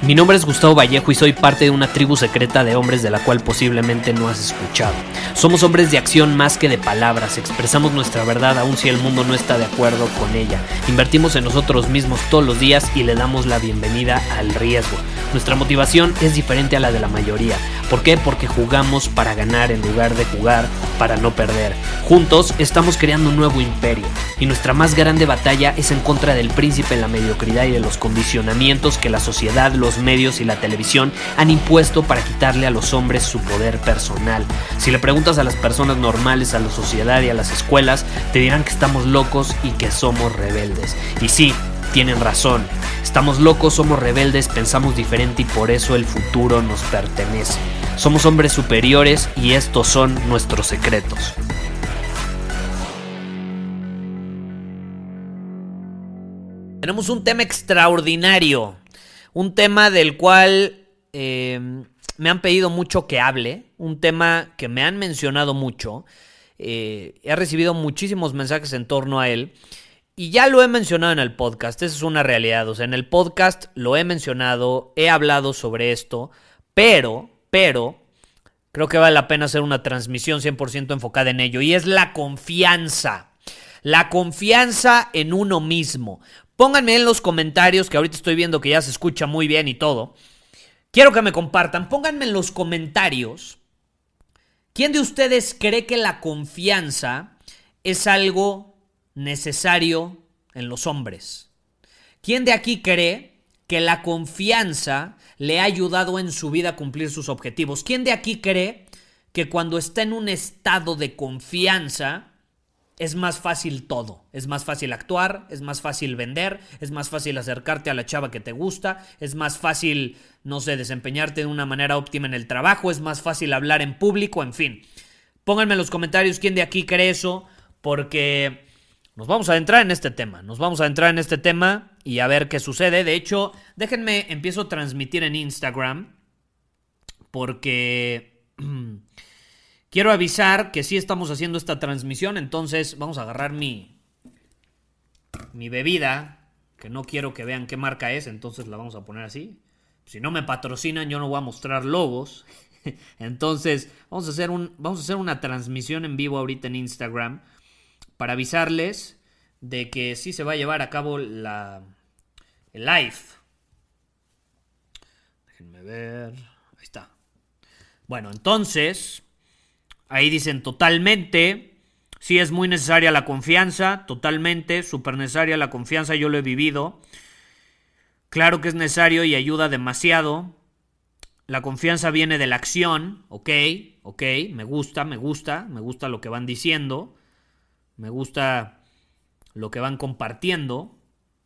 Mi nombre es Gustavo Vallejo y soy parte de una tribu secreta de hombres de la cual posiblemente no has escuchado. Somos hombres de acción más que de palabras, expresamos nuestra verdad aun si el mundo no está de acuerdo con ella. Invertimos en nosotros mismos todos los días y le damos la bienvenida al riesgo. Nuestra motivación es diferente a la de la mayoría. ¿Por qué? Porque jugamos para ganar en lugar de jugar para no perder. Juntos estamos creando un nuevo imperio y nuestra más grande batalla es en contra del príncipe en la mediocridad y de los condicionamientos que la sociedad, los medios y la televisión han impuesto para quitarle a los hombres su poder personal. Si le preguntas a las personas normales, a la sociedad y a las escuelas, te dirán que estamos locos y que somos rebeldes. Y sí, tienen razón. Estamos locos, somos rebeldes, pensamos diferente y por eso el futuro nos pertenece. Somos hombres superiores y estos son nuestros secretos. Tenemos un tema extraordinario, un tema del cual me han pedido mucho que hable, un tema que me han mencionado mucho, he recibido muchísimos mensajes en torno a él y ya lo he mencionado en el podcast, esa es una realidad, o sea, en el podcast lo he mencionado, he hablado sobre esto, pero creo que vale la pena hacer una transmisión 100% enfocada en ello y es la confianza en uno mismo. Pónganme en los comentarios, que ahorita estoy viendo que ya se escucha muy bien y todo. Quiero que me compartan, pónganme en los comentarios. ¿Quién de ustedes cree que la confianza es algo necesario en los hombres? ¿Quién de aquí cree que la confianza le ha ayudado en su vida a cumplir sus objetivos? ¿Quién de aquí cree que cuando está en un estado de confianza es más fácil todo? Es más fácil actuar, es más fácil vender, es más fácil acercarte a la chava que te gusta, es más fácil, no sé, desempeñarte de una manera óptima en el trabajo, es más fácil hablar en público, en fin. Pónganme en los comentarios quién de aquí cree eso, porque nos vamos a adentrar en este tema, y a ver qué sucede. De hecho, déjenme, empiezo a transmitir en Instagram, porque quiero avisar que sí estamos haciendo esta transmisión, entonces vamos a agarrar mi bebida, que no quiero que vean qué marca es, entonces la vamos a poner así. Si no me patrocinan, yo no voy a mostrar logos. Entonces, vamos a hacer una transmisión en vivo ahorita en Instagram para avisarles de que sí se va a llevar a cabo el live. Déjenme ver. Ahí está. Bueno, entonces, ahí dicen totalmente. Sí, es muy necesaria la confianza, totalmente, súper necesaria la confianza, yo lo he vivido. Claro que es necesario y ayuda demasiado. La confianza viene de la acción, ok, me gusta lo que van diciendo, me gusta lo que van compartiendo.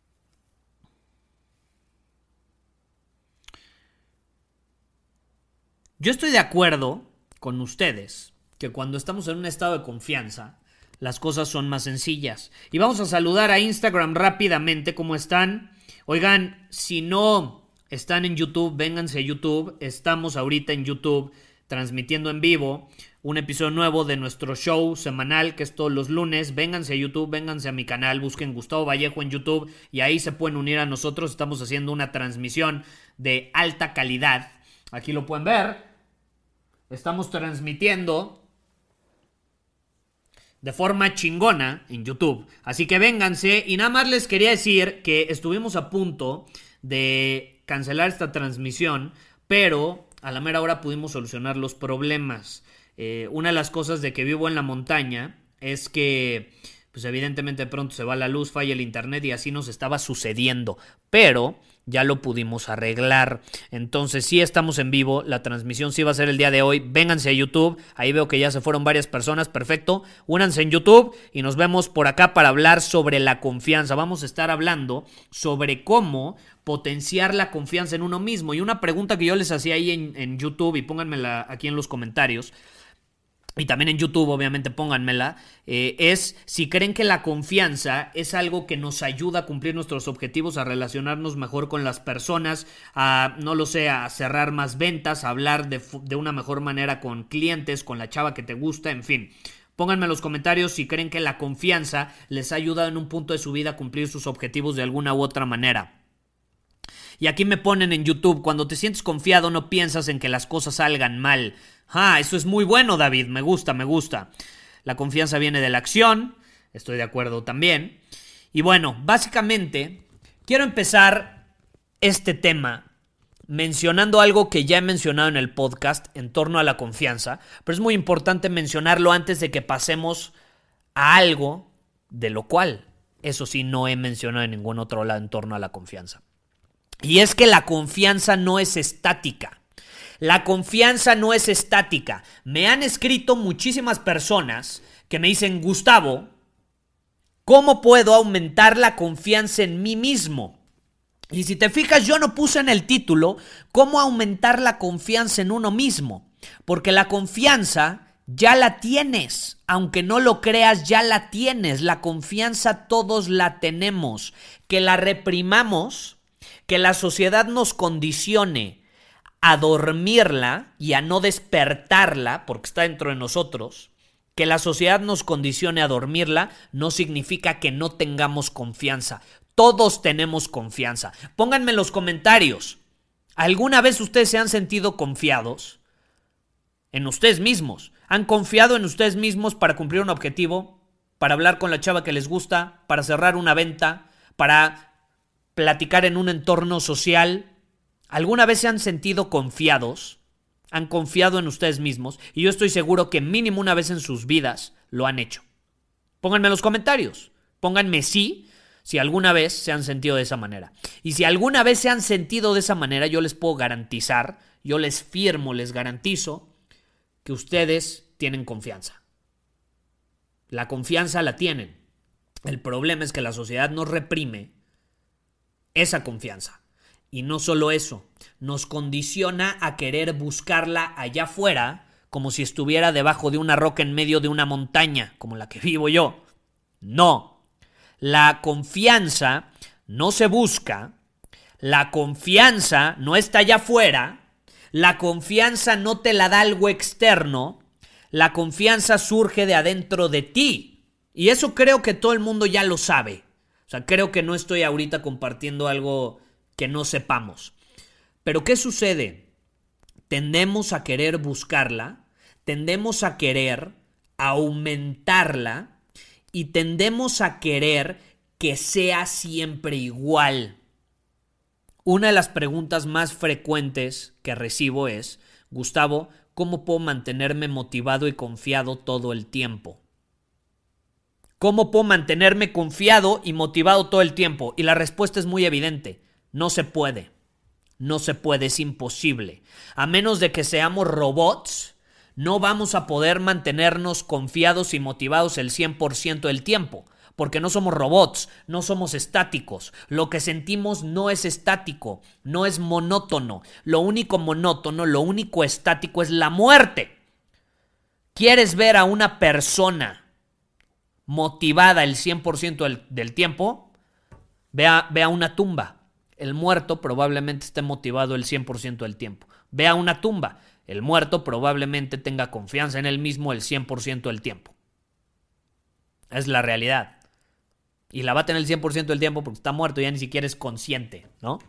Yo estoy de acuerdo con ustedes que cuando estamos en un estado de confianza, las cosas son más sencillas. Y vamos a saludar a Instagram rápidamente. ¿Cómo están? Oigan, si no están en YouTube, vénganse a YouTube. Estamos ahorita en YouTube transmitiendo en vivo un episodio nuevo de nuestro show semanal, que es todos los lunes. Vénganse a YouTube, vénganse a mi canal, busquen Gustavo Vallejo en YouTube y ahí se pueden unir a nosotros. Estamos haciendo una transmisión de alta calidad. Aquí lo pueden ver. Estamos transmitiendo de forma chingona en YouTube. Así que vénganse. Y nada más les quería decir que estuvimos a punto de cancelar esta transmisión, pero a la mera hora pudimos solucionar los problemas. Una de las cosas de que vivo en la montaña es que, pues evidentemente de pronto se va la luz, falla el internet y así nos estaba sucediendo. Pero ya lo pudimos arreglar. Entonces sí estamos en vivo, la transmisión sí va a ser el día de hoy. Vénganse a YouTube, ahí veo que ya se fueron varias personas, perfecto. Únanse en YouTube y nos vemos por acá para hablar sobre la confianza. Vamos a estar hablando sobre cómo potenciar la confianza en uno mismo. Y una pregunta que yo les hacía ahí en YouTube, y pónganmela aquí en los comentarios, y también en YouTube, obviamente, pónganmela, es si creen que la confianza es algo que nos ayuda a cumplir nuestros objetivos, a relacionarnos mejor con las personas, a, no lo sé, a cerrar más ventas, a hablar de una mejor manera con clientes, con la chava que te gusta, en fin. Pónganme en los comentarios si creen que la confianza les ha ayudado en un punto de su vida a cumplir sus objetivos de alguna u otra manera. Y aquí me ponen en YouTube, cuando te sientes confiado no piensas en que las cosas salgan mal. Eso es muy bueno, David, me gusta. La confianza viene de la acción, estoy de acuerdo también. Y bueno, básicamente quiero empezar este tema mencionando algo que ya he mencionado en el podcast en torno a la confianza, pero es muy importante mencionarlo antes de que pasemos a algo de lo cual, eso sí, no he mencionado en ningún otro lado en torno a la confianza. Y es que la confianza no es estática. La confianza no es estática. Me han escrito muchísimas personas que me dicen, Gustavo, ¿cómo puedo aumentar la confianza en mí mismo? Y si te fijas, yo no puse en el título cómo aumentar la confianza en uno mismo, porque la confianza ya la tienes, aunque no lo creas, ya la tienes. La confianza todos la tenemos. Que la reprimamos, que la sociedad nos condicione a dormirla y a no despertarla, porque está dentro de nosotros, que la sociedad nos condicione a dormirla, no significa que no tengamos confianza. Todos tenemos confianza. Pónganme en los comentarios, ¿alguna vez ustedes se han sentido confiados en ustedes mismos? ¿Han confiado en ustedes mismos para cumplir un objetivo? ¿Para hablar con la chava que les gusta? ¿Para cerrar una venta? ¿Para platicar en un entorno social? ¿Alguna vez se han sentido confiados? ¿Han confiado en ustedes mismos? Y yo estoy seguro que mínimo una vez en sus vidas lo han hecho. Pónganme en los comentarios. Pónganme sí si alguna vez se han sentido de esa manera. Y si alguna vez se han sentido de esa manera, yo les puedo garantizar, yo les firmo, les garantizo que ustedes tienen confianza. La confianza la tienen. El problema es que la sociedad nos reprime esa confianza. Y no solo eso, nos condiciona a querer buscarla allá afuera como si estuviera debajo de una roca en medio de una montaña, como la que vivo yo. No. La confianza no se busca, la confianza no está allá afuera, la confianza no te la da algo externo, la confianza surge de adentro de ti. Y eso creo que todo el mundo ya lo sabe. O sea, creo que no estoy ahorita compartiendo algo que no sepamos. Pero ¿qué sucede? Tendemos a querer buscarla, tendemos a querer aumentarla, y tendemos a querer que sea siempre igual. Una de las preguntas más frecuentes que recibo es, Gustavo, ¿cómo puedo mantenerme motivado y confiado todo el tiempo? ¿Cómo puedo mantenerme confiado y motivado todo el tiempo? Y la respuesta es muy evidente. No se puede. No se puede, es imposible. A menos de que seamos robots, no vamos a poder mantenernos confiados y motivados el 100% del tiempo, porque no somos robots, no somos estáticos. Lo que sentimos no es estático, no es monótono. Lo único monótono, lo único estático es la muerte. ¿Quieres ver a una persona motivada el 100% del tiempo? Ve a una tumba. El muerto probablemente esté motivado el 100% del tiempo. Ve a una tumba. El muerto probablemente tenga confianza en él mismo el 100% del tiempo. Es la realidad. Y la va a tener el 100% del tiempo porque está muerto, ya ni siquiera es consciente, ¿no?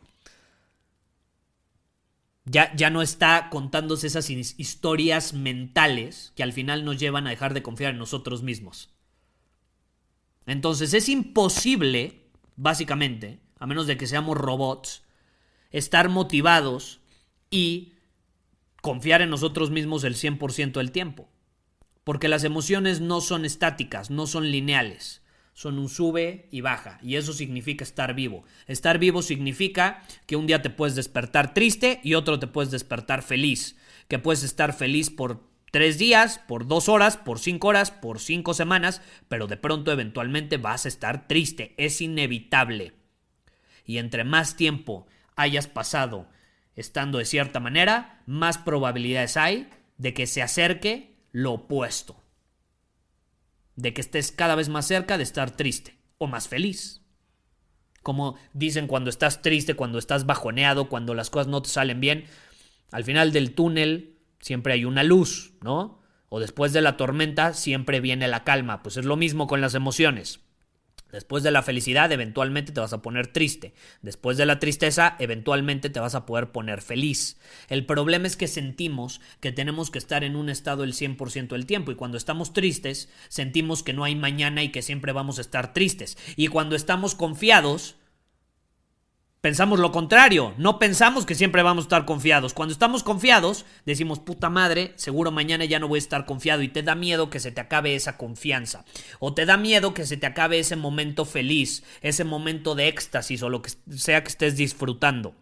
Ya no está contándose esas historias mentales que al final nos llevan a dejar de confiar en nosotros mismos. Entonces es imposible, básicamente, a menos de que seamos robots, estar motivados y confiar en nosotros mismos el 100% del tiempo. Porque las emociones no son estáticas, no son lineales. Son un sube y baja. Y eso significa estar vivo. Estar vivo significa que un día te puedes despertar triste y otro te puedes despertar feliz. Que puedes estar feliz por 3 días, por 2 horas, por 5 horas, por 5 semanas, pero de pronto eventualmente vas a estar triste. Es inevitable. Y entre más tiempo hayas pasado estando de cierta manera, más probabilidades hay de que se acerque lo opuesto. De que estés cada vez más cerca de estar triste o más feliz. Como dicen, cuando estás triste, cuando estás bajoneado, cuando las cosas no te salen bien, al final del túnel siempre hay una luz, ¿no? O después de la tormenta siempre viene la calma. Pues es lo mismo con las emociones. Después de la felicidad, eventualmente te vas a poner triste. Después de la tristeza, eventualmente te vas a poder poner feliz. El problema es que sentimos que tenemos que estar en un estado el 100% del tiempo. Y cuando estamos tristes, sentimos que no hay mañana y que siempre vamos a estar tristes. Y cuando estamos confiados, pensamos lo contrario, no pensamos que siempre vamos a estar confiados. Cuando estamos confiados, decimos, puta madre, seguro mañana ya no voy a estar confiado y te da miedo que se te acabe esa confianza. O te da miedo que se te acabe ese momento feliz, ese momento de éxtasis o lo que sea que estés disfrutando.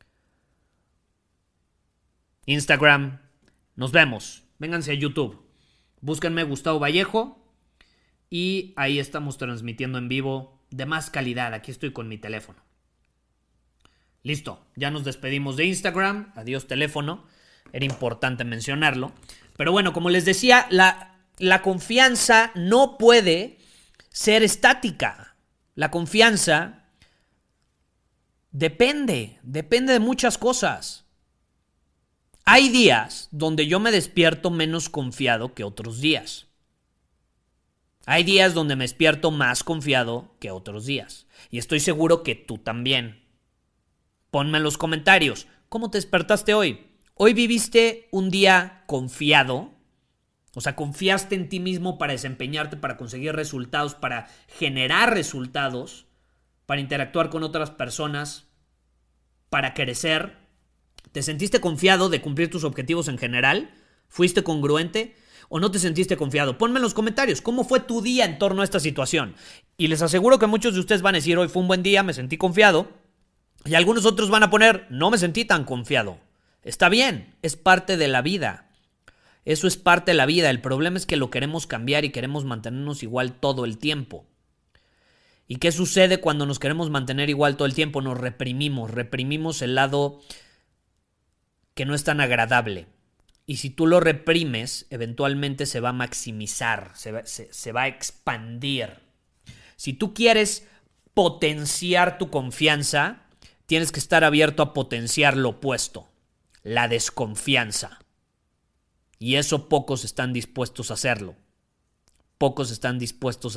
Instagram, nos vemos. Vénganse a YouTube. Búsquenme Gustavo Vallejo y ahí estamos transmitiendo en vivo de más calidad. Aquí estoy con mi teléfono. Listo, ya nos despedimos de Instagram, adiós teléfono, era importante mencionarlo. Pero bueno, como les decía, la confianza no puede ser estática. La confianza depende de muchas cosas. Hay días donde yo me despierto menos confiado que otros días. Hay días donde me despierto más confiado que otros días. Y estoy seguro que tú también. Ponme en los comentarios, ¿cómo te despertaste hoy? ¿Hoy viviste un día confiado? O sea, ¿confiaste en ti mismo para desempeñarte, para conseguir resultados, para generar resultados, para interactuar con otras personas, para crecer? ¿Te sentiste confiado de cumplir tus objetivos en general? ¿Fuiste congruente? ¿O no te sentiste confiado? Ponme en los comentarios, ¿cómo fue tu día en torno a esta situación? Y les aseguro que muchos de ustedes van a decir, hoy fue un buen día, me sentí confiado. Y algunos otros van a poner, no me sentí tan confiado. Está bien, es parte de la vida. Eso es parte de la vida. El problema es que lo queremos cambiar y queremos mantenernos igual todo el tiempo. ¿Y qué sucede cuando nos queremos mantener igual todo el tiempo? Nos reprimimos el lado que no es tan agradable. Y si tú lo reprimes, eventualmente se va a maximizar, se va a expandir. Si tú quieres potenciar tu confianza, tienes que estar abierto a potenciar lo opuesto, la desconfianza. Y eso pocos están dispuestos a hacerlo. Pocos están dispuestos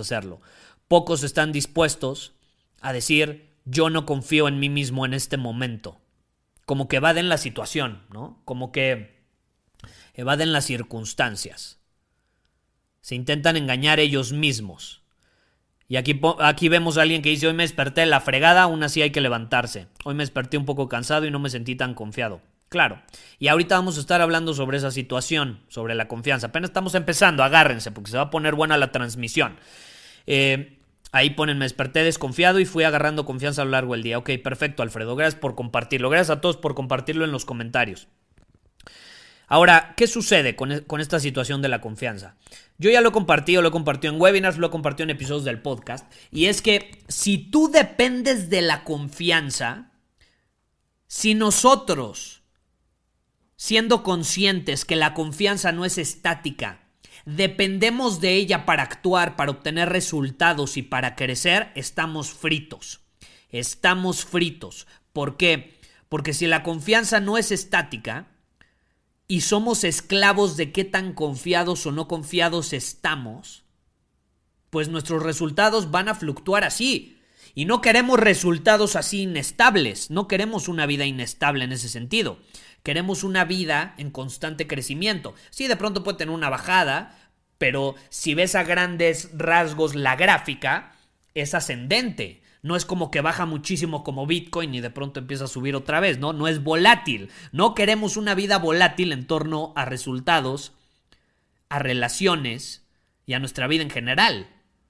a decir, yo no confío en mí mismo en este momento. Como que evaden la situación, ¿no? Como que evaden las circunstancias. Se intentan engañar ellos mismos. Y aquí vemos a alguien que dice, hoy me desperté de la fregada, aún así hay que levantarse. Hoy me desperté un poco cansado y no me sentí tan confiado. Claro, y ahorita vamos a estar hablando sobre esa situación, sobre la confianza. Apenas estamos empezando, agárrense, porque se va a poner buena la transmisión. Ahí ponen, me desperté desconfiado y fui agarrando confianza a lo largo del día. Ok, perfecto, Alfredo, gracias por compartirlo. Gracias a todos por compartirlo en los comentarios. Ahora, ¿qué sucede con esta situación de la confianza? Yo ya lo he compartido en webinars, lo he compartido en episodios del podcast, y es que si tú dependes de la confianza, si nosotros, siendo conscientes que la confianza no es estática, dependemos de ella para actuar, para obtener resultados y para crecer, estamos fritos. Estamos fritos. ¿Por qué? Porque si la confianza no es estática, y somos esclavos de qué tan confiados o no confiados estamos, pues nuestros resultados van a fluctuar así. Y no queremos resultados así inestables, no queremos una vida inestable en ese sentido. Queremos una vida en constante crecimiento. Sí, de pronto puede tener una bajada, pero si ves a grandes rasgos la gráfica, es ascendente. No es como que baja muchísimo como Bitcoin y de pronto empieza a subir otra vez, ¿no? No es volátil. No queremos una vida volátil en torno a resultados, a relaciones y a nuestra vida en general.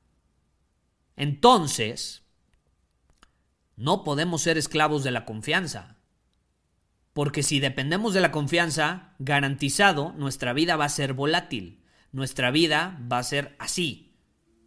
Entonces, no podemos ser esclavos de la confianza. Porque si dependemos de la confianza, garantizado, nuestra vida va a ser volátil. Nuestra vida va a ser así.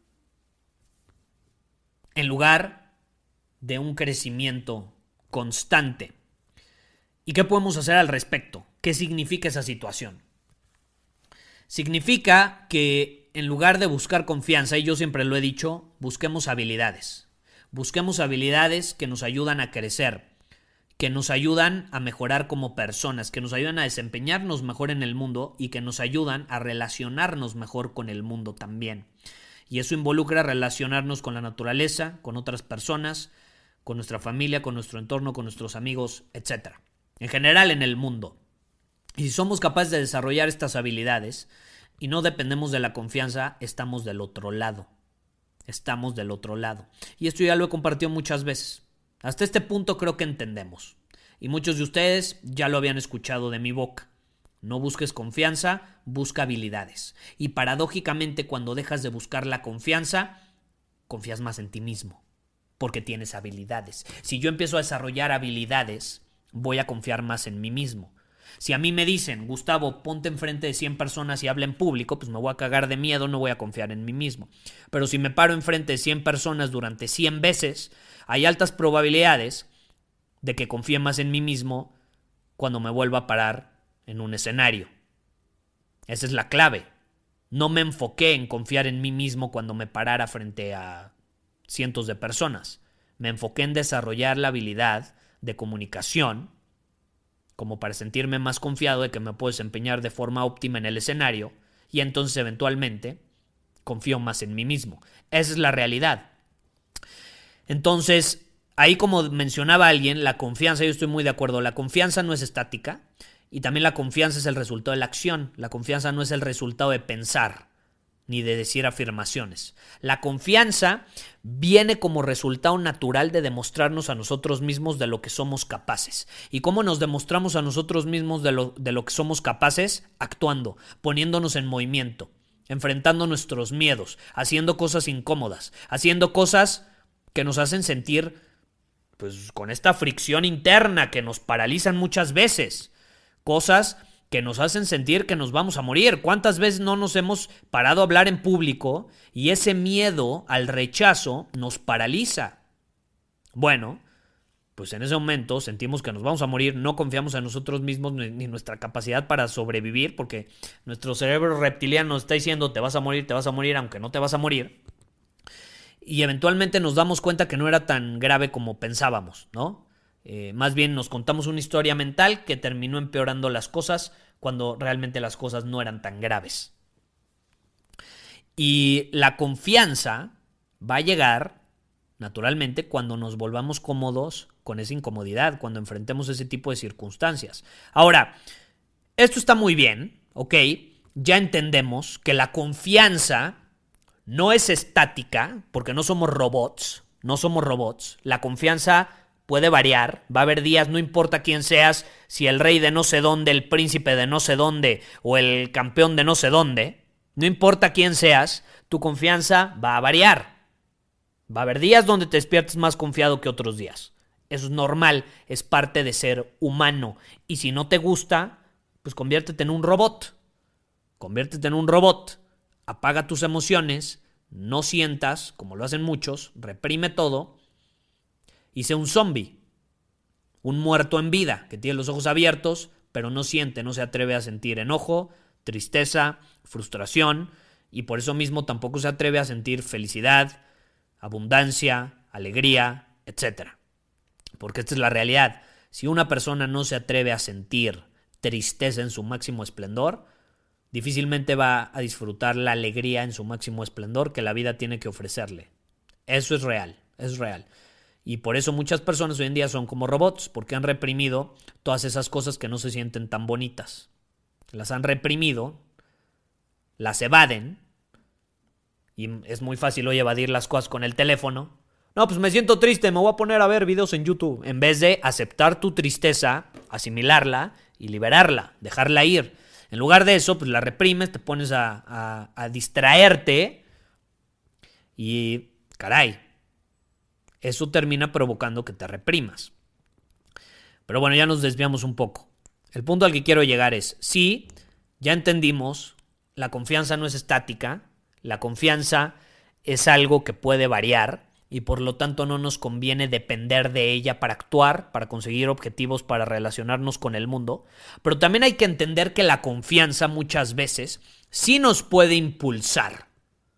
En lugar de un crecimiento constante. ¿Y qué podemos hacer al respecto? ¿Qué significa esa situación? Significa que en lugar de buscar confianza, y yo siempre lo he dicho, busquemos habilidades. Busquemos habilidades que nos ayudan a crecer, que nos ayudan a mejorar como personas, que nos ayudan a desempeñarnos mejor en el mundo y que nos ayudan a relacionarnos mejor con el mundo también. Y eso involucra relacionarnos con la naturaleza, con otras personas, con nuestra familia, con nuestro entorno, con nuestros amigos, etc. En general en el mundo. Y si somos capaces de desarrollar estas habilidades y no dependemos de la confianza, estamos del otro lado. Estamos del otro lado. Y esto ya lo he compartido muchas veces. Hasta este punto creo que entendemos. Y muchos de ustedes ya lo habían escuchado de mi boca. No busques confianza, busca habilidades. Y paradójicamente, cuando dejas de buscar la confianza, confías más en ti mismo, porque tienes habilidades. Si yo empiezo a desarrollar habilidades, voy a confiar más en mí mismo. Si a mí me dicen, Gustavo, ponte enfrente de 100 personas y habla en público, pues me voy a cagar de miedo, no voy a confiar en mí mismo. Pero si me paro enfrente de 100 personas durante 100 veces, hay altas probabilidades de que confíe más en mí mismo cuando me vuelva a parar en un escenario. Esa es la clave. No me enfoqué en confiar en mí mismo cuando me parara frente a cientos de personas. Me enfoqué en desarrollar la habilidad de comunicación como para sentirme más confiado de que me puedo desempeñar de forma óptima en el escenario y entonces eventualmente confío más en mí mismo. Esa es la realidad. Entonces, ahí como mencionaba alguien, la confianza, yo estoy muy de acuerdo, la confianza no es estática y también la confianza es el resultado de la acción. La confianza no es el resultado de pensar ni de decir afirmaciones. La confianza viene como resultado natural de demostrarnos a nosotros mismos de lo que somos capaces. ¿Y cómo nos demostramos a nosotros mismos de lo que somos capaces? Actuando, poniéndonos en movimiento, enfrentando nuestros miedos, haciendo cosas incómodas, haciendo cosas que nos hacen sentir pues con esta fricción interna que nos paralizan muchas veces. Cosas que nos hacen sentir que nos vamos a morir. ¿Cuántas veces no nos hemos parado a hablar en público y ese miedo al rechazo nos paraliza? Bueno, pues en ese momento sentimos que nos vamos a morir, no confiamos en nosotros mismos ni en nuestra capacidad para sobrevivir, porque nuestro cerebro reptiliano nos está diciendo te vas a morir, aunque no te vas a morir. Y eventualmente nos damos cuenta que no era tan grave como pensábamos, ¿no? Más bien nos contamos una historia mental que terminó empeorando las cosas cuando realmente las cosas no eran tan graves. Y la confianza va a llegar, naturalmente, cuando nos volvamos cómodos con esa incomodidad, cuando enfrentemos ese tipo de circunstancias. Ahora, esto está muy bien, ¿ok? Ya entendemos que la confianza no es estática, porque no somos robots. La confianza puede variar, va a haber días, no importa quién seas, si el rey de no sé dónde, el príncipe de no sé dónde o el campeón de no sé dónde, no importa quién seas, tu confianza va a variar. Va a haber días donde te despiertes más confiado que otros días. Eso es normal, es parte de ser humano. Y si no te gusta, pues conviértete en un robot. Apaga tus emociones, no sientas, como lo hacen muchos, reprime todo. Y sé un zombie, un muerto en vida, que tiene los ojos abiertos, pero no siente, no se atreve a sentir enojo, tristeza, frustración, y por eso mismo tampoco se atreve a sentir felicidad, abundancia, alegría, etc. Porque esta es la realidad. Si una persona no se atreve a sentir tristeza en su máximo esplendor, difícilmente va a disfrutar la alegría en su máximo esplendor que la vida tiene que ofrecerle. Eso es real, es real. Y por eso muchas personas hoy en día son como robots, porque han reprimido todas esas cosas que no se sienten tan bonitas. Las han reprimido, las evaden, y es muy fácil hoy evadir las cosas con el teléfono. No, pues me siento triste, me voy a poner a ver videos en YouTube. En vez de aceptar tu tristeza, asimilarla y liberarla, dejarla ir. En lugar de eso, pues la reprimes, te pones a distraerte y, caray, eso termina provocando que te reprimas. Pero bueno, ya nos desviamos un poco. El punto al que quiero llegar es, sí, ya entendimos, la confianza no es estática, la confianza es algo que puede variar y por lo tanto no nos conviene depender de ella para actuar, para conseguir objetivos, para relacionarnos con el mundo. Pero también hay que entender que la confianza muchas veces sí nos puede impulsar.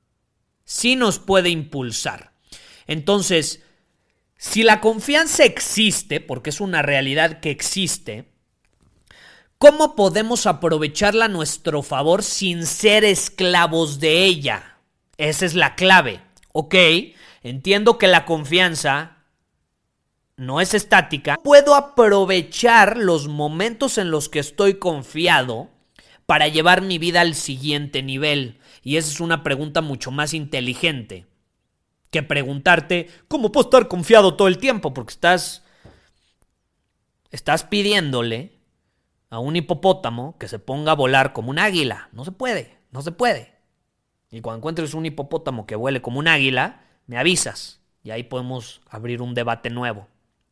Entonces, si la confianza existe, porque es una realidad que existe, ¿cómo podemos aprovecharla a nuestro favor sin ser esclavos de ella? Esa es la clave. Ok, entiendo que la confianza no es estática. Puedo aprovechar los momentos en los que estoy confiado para llevar mi vida al siguiente nivel. Y esa es una pregunta mucho más inteligente que preguntarte ¿cómo puedo estar confiado todo el tiempo? Porque estás pidiéndole a un hipopótamo que se ponga a volar como un águila. No se puede, no se puede. Y cuando encuentres un hipopótamo que vuele como un águila, me avisas. Y ahí podemos abrir un debate nuevo.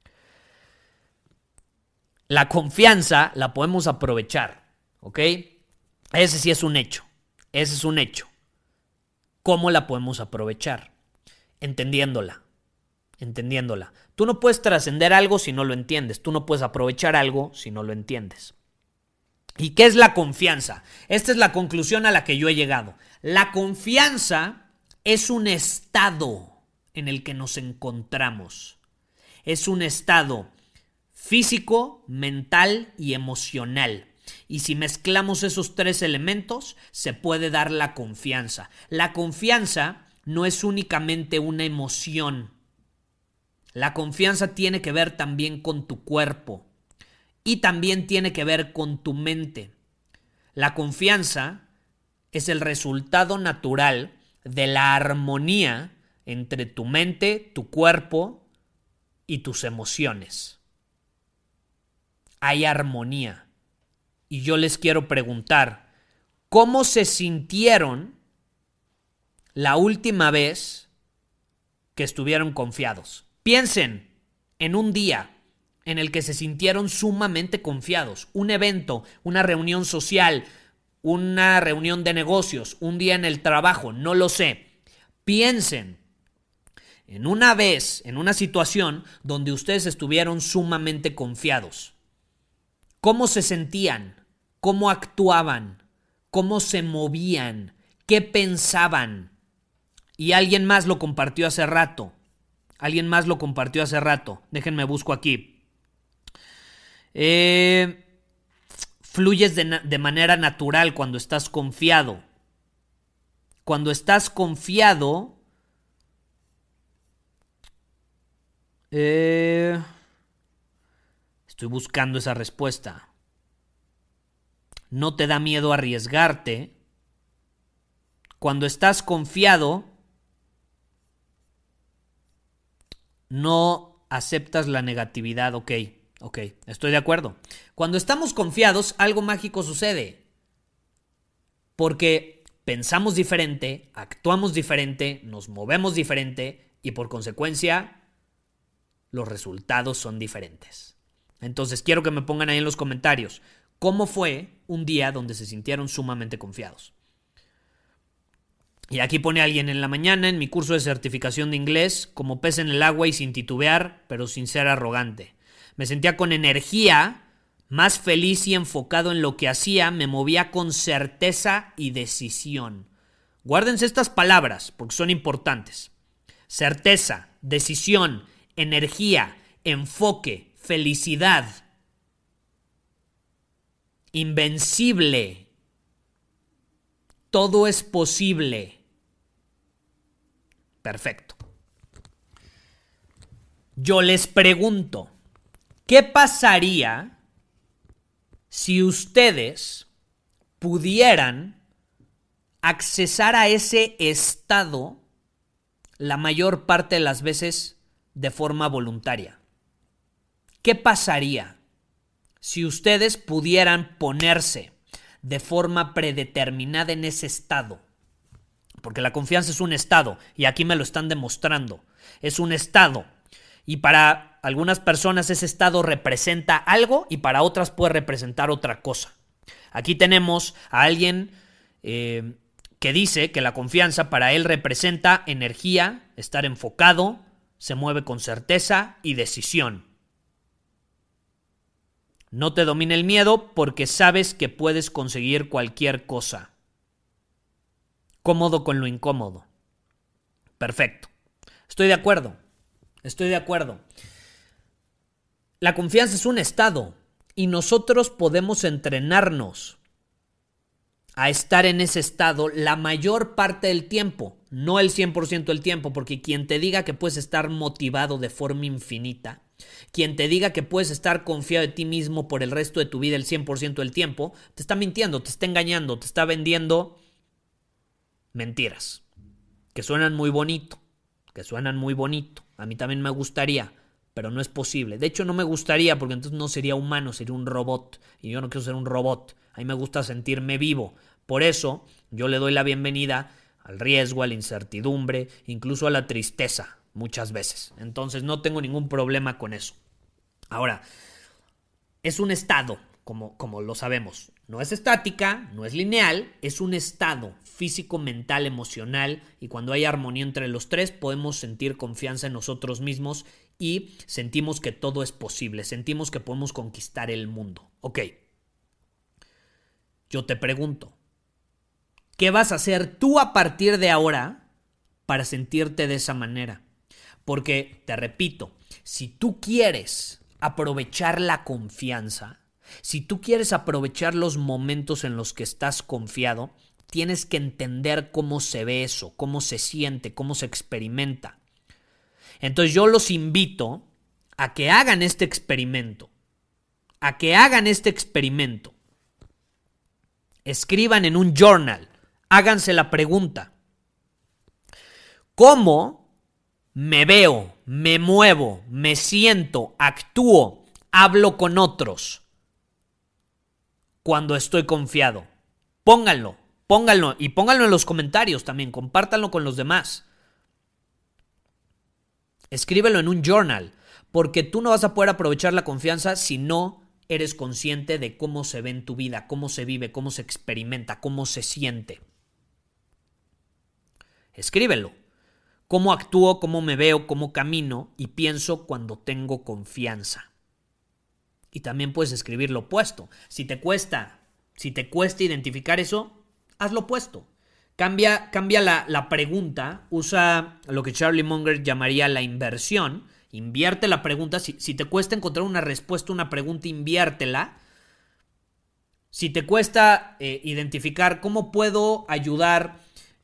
La confianza la podemos aprovechar, ¿ok? Ese sí es un hecho. Ese es un hecho. ¿Cómo la podemos aprovechar? Entendiéndola. Tú no puedes trascender algo si no lo entiendes. Tú no puedes aprovechar algo si no lo entiendes. ¿Y qué es la confianza? Esta es la conclusión a la que yo he llegado. La confianza es un estado en el que nos encontramos. Es un estado físico, mental y emocional. Y si mezclamos esos tres elementos, se puede dar la confianza. La confianza no es únicamente una emoción. La confianza tiene que ver también con tu cuerpo y también tiene que ver con tu mente. La confianza es el resultado natural de la armonía entre tu mente, tu cuerpo y tus emociones. Hay armonía. Y yo les quiero preguntar, ¿cómo se sintieron la última vez que estuvieron confiados? Piensen en un día en el que se sintieron sumamente confiados. Un evento, una reunión social, una reunión de negocios, un día en el trabajo, no lo sé. Piensen en una vez, en una situación donde ustedes estuvieron sumamente confiados. ¿Cómo se sentían? ¿Cómo actuaban? ¿Cómo se movían? ¿Qué pensaban? Y alguien más lo compartió hace rato. Déjenme busco aquí. Fluyes de manera natural cuando estás confiado. Cuando estás confiado, estoy buscando esa respuesta. No te da miedo arriesgarte. Cuando estás confiado, no aceptas la negatividad. Ok, estoy de acuerdo. Cuando estamos confiados, algo mágico sucede. Porque pensamos diferente, actuamos diferente, nos movemos diferente y por consecuencia los resultados son diferentes. Entonces quiero que me pongan ahí en los comentarios cómo fue un día donde se sintieron sumamente confiados. Y aquí pone alguien: en la mañana en mi curso de certificación de inglés, como pez en el agua y sin titubear, pero sin ser arrogante. Me sentía con energía, más feliz y enfocado en lo que hacía, me movía con certeza y decisión. Guárdense estas palabras porque son importantes. Certeza, decisión, energía, enfoque, felicidad, invencible. Todo es posible. Perfecto. Yo les pregunto, ¿qué pasaría si ustedes pudieran accesar a ese estado la mayor parte de las veces de forma voluntaria? ¿Qué pasaría si ustedes pudieran ponerse de forma predeterminada en ese estado? Porque la confianza es un estado y aquí me lo están demostrando. Es un estado y para algunas personas ese estado representa algo y para otras puede representar otra cosa. Aquí tenemos a alguien que dice que la confianza para él representa energía, estar enfocado, se mueve con certeza y decisión. No te domina el miedo porque sabes que puedes conseguir cualquier cosa. Cómodo con lo incómodo. Perfecto. Estoy de acuerdo. La confianza es un estado y nosotros podemos entrenarnos a estar en ese estado la mayor parte del tiempo. no el 100% del tiempo, porque quien te diga que puedes estar motivado de forma infinita, quien te diga que puedes estar confiado de ti mismo por el resto de tu vida el 100% del tiempo, te está mintiendo, te está engañando, te está vendiendo mentiras, que suenan muy bonito, A mí también me gustaría, pero no es posible. De hecho, no me gustaría porque entonces no sería humano, sería un robot. Y yo no quiero ser un robot. A mí me gusta sentirme vivo. Por eso, yo le doy la bienvenida al riesgo, a la incertidumbre, incluso a la tristeza, muchas veces. Entonces, no tengo ningún problema con eso. Ahora, es un estado, como lo sabemos. No es estática, no es lineal, es un estado físico, mental, emocional, y cuando hay armonía entre los tres podemos sentir confianza en nosotros mismos y sentimos que todo es posible, sentimos que podemos conquistar el mundo. Ok, yo te pregunto, ¿qué vas a hacer tú a partir de ahora para sentirte de esa manera? Porque, te repito, si tú quieres aprovechar la confianza, si tú quieres aprovechar los momentos en los que estás confiado, tienes que entender cómo se ve eso, cómo se siente, cómo se experimenta. Entonces yo los invito a que hagan este experimento, Escriban en un journal, háganse la pregunta: ¿cómo me veo, me muevo, me siento, actúo, hablo con otros cuando estoy confiado? Pónganlo y pónganlo en los comentarios también, compártanlo con los demás. Escríbelo en un journal, porque tú no vas a poder aprovechar la confianza si no eres consciente de cómo se ve en tu vida, cómo se vive, cómo se experimenta, cómo se siente. Escríbelo. ¿Cómo actúo, cómo me veo, cómo camino y pienso cuando tengo confianza? Y también puedes escribir lo opuesto. Si te cuesta identificar eso, haz lo opuesto. Cambia la pregunta, usa lo que Charlie Munger llamaría la inversión. Invierte la pregunta. Si te cuesta encontrar una respuesta a una pregunta, inviértela. Si te cuesta identificar cómo puedo ayudar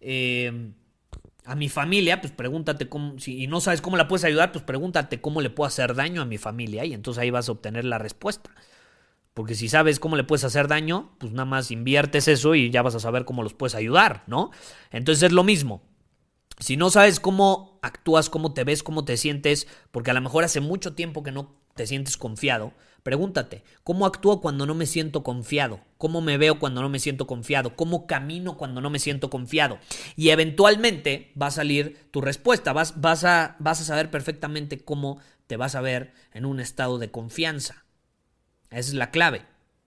a mi familia, pues pregúntate cómo, si no sabes cómo la puedes ayudar, pues pregúntate cómo le puedo hacer daño a mi familia y entonces ahí vas a obtener la respuesta. Porque si sabes cómo le puedes hacer daño, pues nada más inviertes eso y ya vas a saber cómo los puedes ayudar, ¿no? Entonces es lo mismo. Si no sabes cómo actúas, cómo te ves, cómo te sientes, porque a lo mejor hace mucho tiempo que no te sientes confiado, pregúntate, ¿cómo actúo cuando no me siento confiado? ¿Cómo me veo cuando no me siento confiado? ¿Cómo camino cuando no me siento confiado? Y eventualmente va a salir tu respuesta, vas a saber perfectamente cómo te vas a ver en un estado de confianza. Esa es la clave.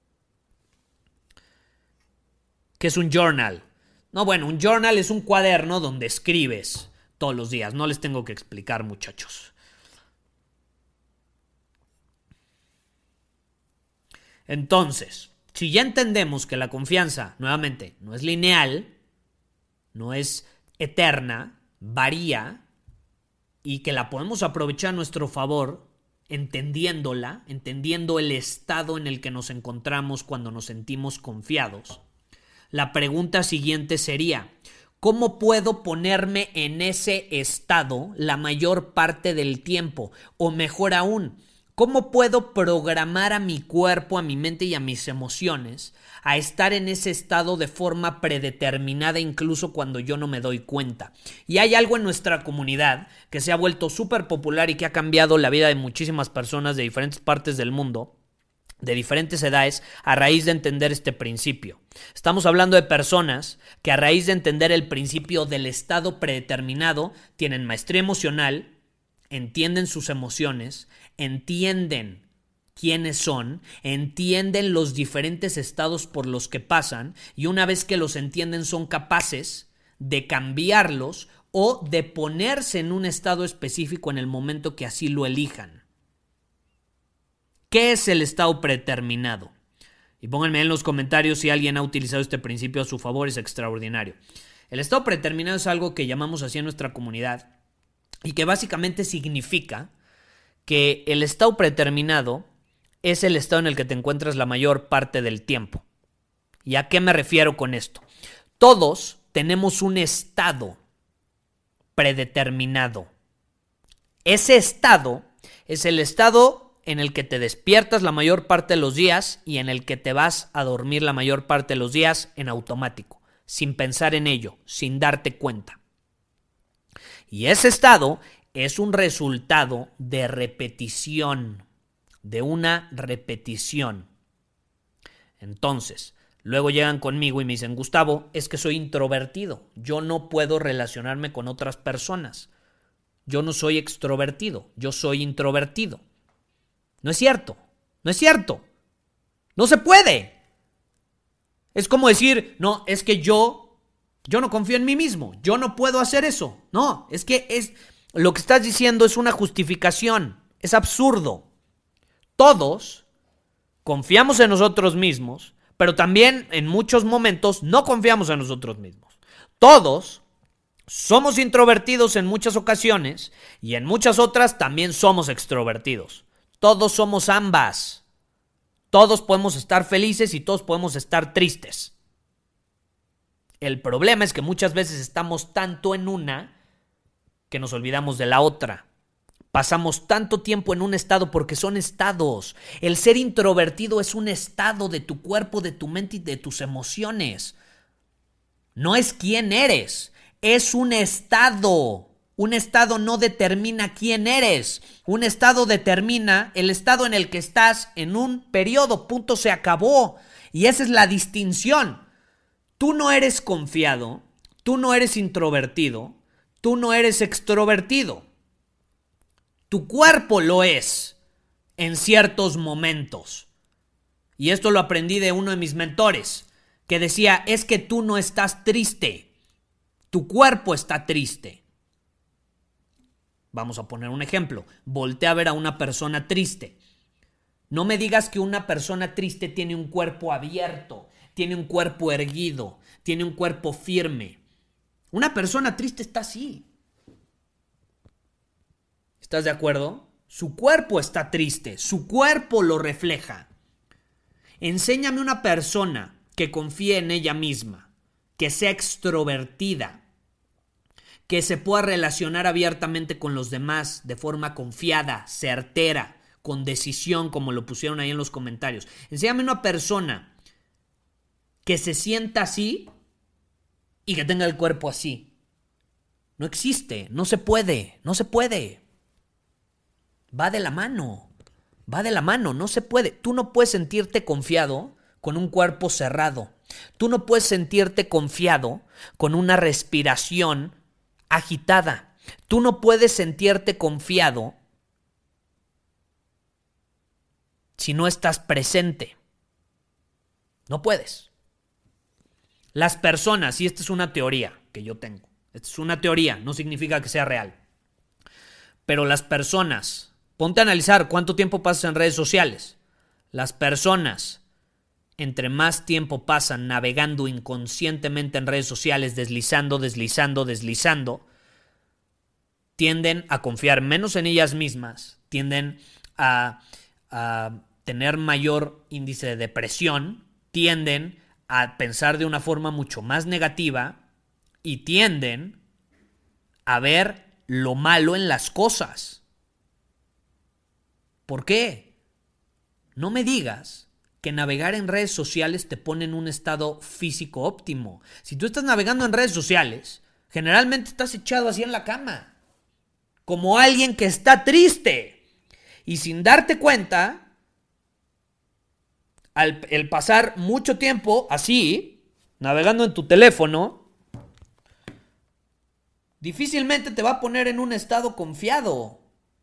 ¿Qué es un journal? No, bueno, un journal es un cuaderno donde escribes todos los días. No les tengo que explicar, muchachos. Entonces, si ya entendemos que la confianza, nuevamente, no es lineal, no es eterna, varía, y que la podemos aprovechar a nuestro favor, entendiéndola, entendiendo el estado en el que nos encontramos cuando nos sentimos confiados, la pregunta siguiente sería: ¿cómo puedo ponerme en ese estado la mayor parte del tiempo? O mejor aún, ¿cómo puedo programar a mi cuerpo, a mi mente y a mis emociones a estar en ese estado de forma predeterminada incluso cuando yo no me doy cuenta? Y hay algo en nuestra comunidad que se ha vuelto súper popular y que ha cambiado la vida de muchísimas personas de diferentes partes del mundo, de diferentes edades, a raíz de entender este principio. Estamos hablando de personas que a raíz de entender el principio del estado predeterminado tienen maestría emocional, entienden sus emociones, entienden quiénes son, entienden los diferentes estados por los que pasan y una vez que los entienden son capaces de cambiarlos o de ponerse en un estado específico en el momento que así lo elijan. ¿Qué es el estado predeterminado? Y pónganme en los comentarios si alguien ha utilizado este principio a su favor, es extraordinario. El estado predeterminado es algo que llamamos así en nuestra comunidad y que básicamente significa que el estado predeterminado es el estado en el que te encuentras la mayor parte del tiempo. ¿Y a qué me refiero con esto? Todos tenemos un estado predeterminado. Ese estado es el estado en el que te despiertas la mayor parte de los días y en el que te vas a dormir la mayor parte de los días en automático, sin pensar en ello, sin darte cuenta. Y ese estado es un resultado de repetición, de una repetición. Entonces, luego llegan conmigo y me dicen, Gustavo, es que soy introvertido, yo no puedo relacionarme con otras personas. Yo no soy extrovertido, yo soy introvertido. No es cierto, no es cierto. No se puede. Es como decir, no, es que yo no confío en mí mismo, yo no puedo hacer eso. No, es que lo que estás diciendo es una justificación, es absurdo. Todos confiamos en nosotros mismos, pero también en muchos momentos no confiamos en nosotros mismos. Todos somos introvertidos en muchas ocasiones y en muchas otras también somos extrovertidos. Todos somos ambas. Todos podemos estar felices y todos podemos estar tristes. El problema es que muchas veces estamos tanto en una que nos olvidamos de la otra. Pasamos tanto tiempo en un estado porque son estados. El ser introvertido es un estado de tu cuerpo, de tu mente y de tus emociones. No es quién eres. Es un estado. Un estado no determina quién eres. Un estado determina el estado en el que estás en un periodo. Punto, se acabó. Y esa es la distinción. Tú no eres confiado. Tú no eres introvertido. Tú no eres extrovertido. Tu cuerpo lo es en ciertos momentos. Y esto lo aprendí de uno de mis mentores, que decía, es que tú no estás triste. Tu cuerpo está triste. Vamos a poner un ejemplo. Voltea a ver a una persona triste. No me digas que una persona triste tiene un cuerpo abierto, tiene un cuerpo erguido, tiene un cuerpo firme. Una persona triste está así. ¿Estás de acuerdo? Su cuerpo está triste, su cuerpo lo refleja. Enséñame una persona que confíe en ella misma, que sea extrovertida, que se pueda relacionar abiertamente con los demás de forma confiada, certera, con decisión, como lo pusieron ahí en los comentarios. Enséñame una persona que se sienta así y que tenga el cuerpo así. No existe, no se puede, no se puede. Va de la mano, no se puede. Tú no puedes sentirte confiado con un cuerpo cerrado. Tú no puedes sentirte confiado con una respiración agitada. Tú no puedes sentirte confiado si no estás presente. No puedes. Las personas, y esta es una teoría que yo tengo, esta es una teoría, no significa que sea real, pero las personas, ponte a analizar cuánto tiempo pasas en redes sociales. Las personas, entre más tiempo pasan navegando inconscientemente en redes sociales, deslizando, tienden a confiar menos en ellas mismas, tienden a tener mayor índice de depresión, tienden a pensar de una forma mucho más negativa y tienden a ver lo malo en las cosas. ¿Por qué? No me digas que navegar en redes sociales te pone en un estado físico óptimo. Si tú estás navegando en redes sociales, generalmente estás echado así en la cama, como alguien que está triste. Y sin darte cuenta, el pasar mucho tiempo así, navegando en tu teléfono, difícilmente te va a poner en un estado confiado.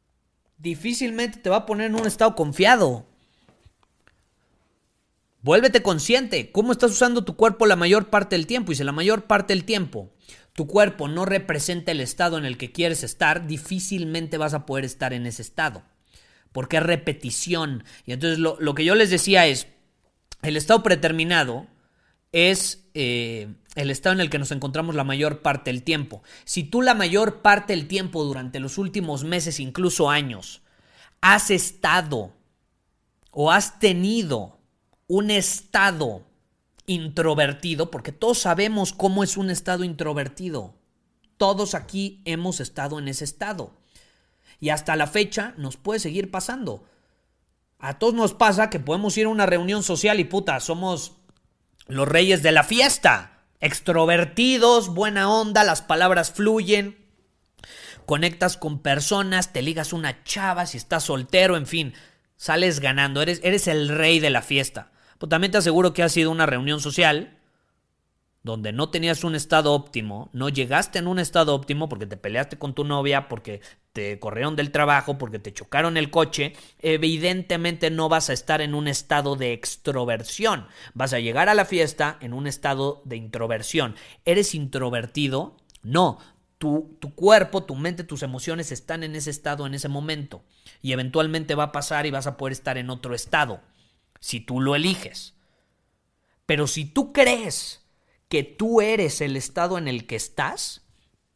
Vuélvete consciente. ¿Cómo estás usando tu cuerpo la mayor parte del tiempo? Y si la mayor parte del tiempo tu cuerpo no representa el estado en el que quieres estar, difícilmente vas a poder estar en ese estado. Porque es repetición. Y entonces lo que yo les decía es, el estado predeterminado es el estado en el que nos encontramos la mayor parte del tiempo. Si tú la mayor parte del tiempo durante los últimos meses, incluso años, has estado o has tenido un estado introvertido, porque todos sabemos cómo es un estado introvertido. Todos aquí hemos estado en ese estado. Y hasta la fecha nos puede seguir pasando. A todos nos pasa que podemos ir a una reunión social y puta, somos los reyes de la fiesta. Extrovertidos, buena onda, las palabras fluyen. Conectas con personas, te ligas una chava si estás soltero, en fin, sales ganando, eres el rey de la fiesta. Pero también te aseguro que ha sido una reunión social donde no tenías un estado óptimo, no llegaste en un estado óptimo porque te peleaste con tu novia, porque te corrieron del trabajo, porque te chocaron el coche. Evidentemente no vas a estar en un estado de extroversión, vas a llegar a la fiesta en un estado de introversión. ¿Eres introvertido? No. Tu cuerpo, tu mente, tus emociones están en ese estado en ese momento y eventualmente va a pasar y vas a poder estar en otro estado si tú lo eliges. Pero si tú crees que tú eres el estado en el que estás,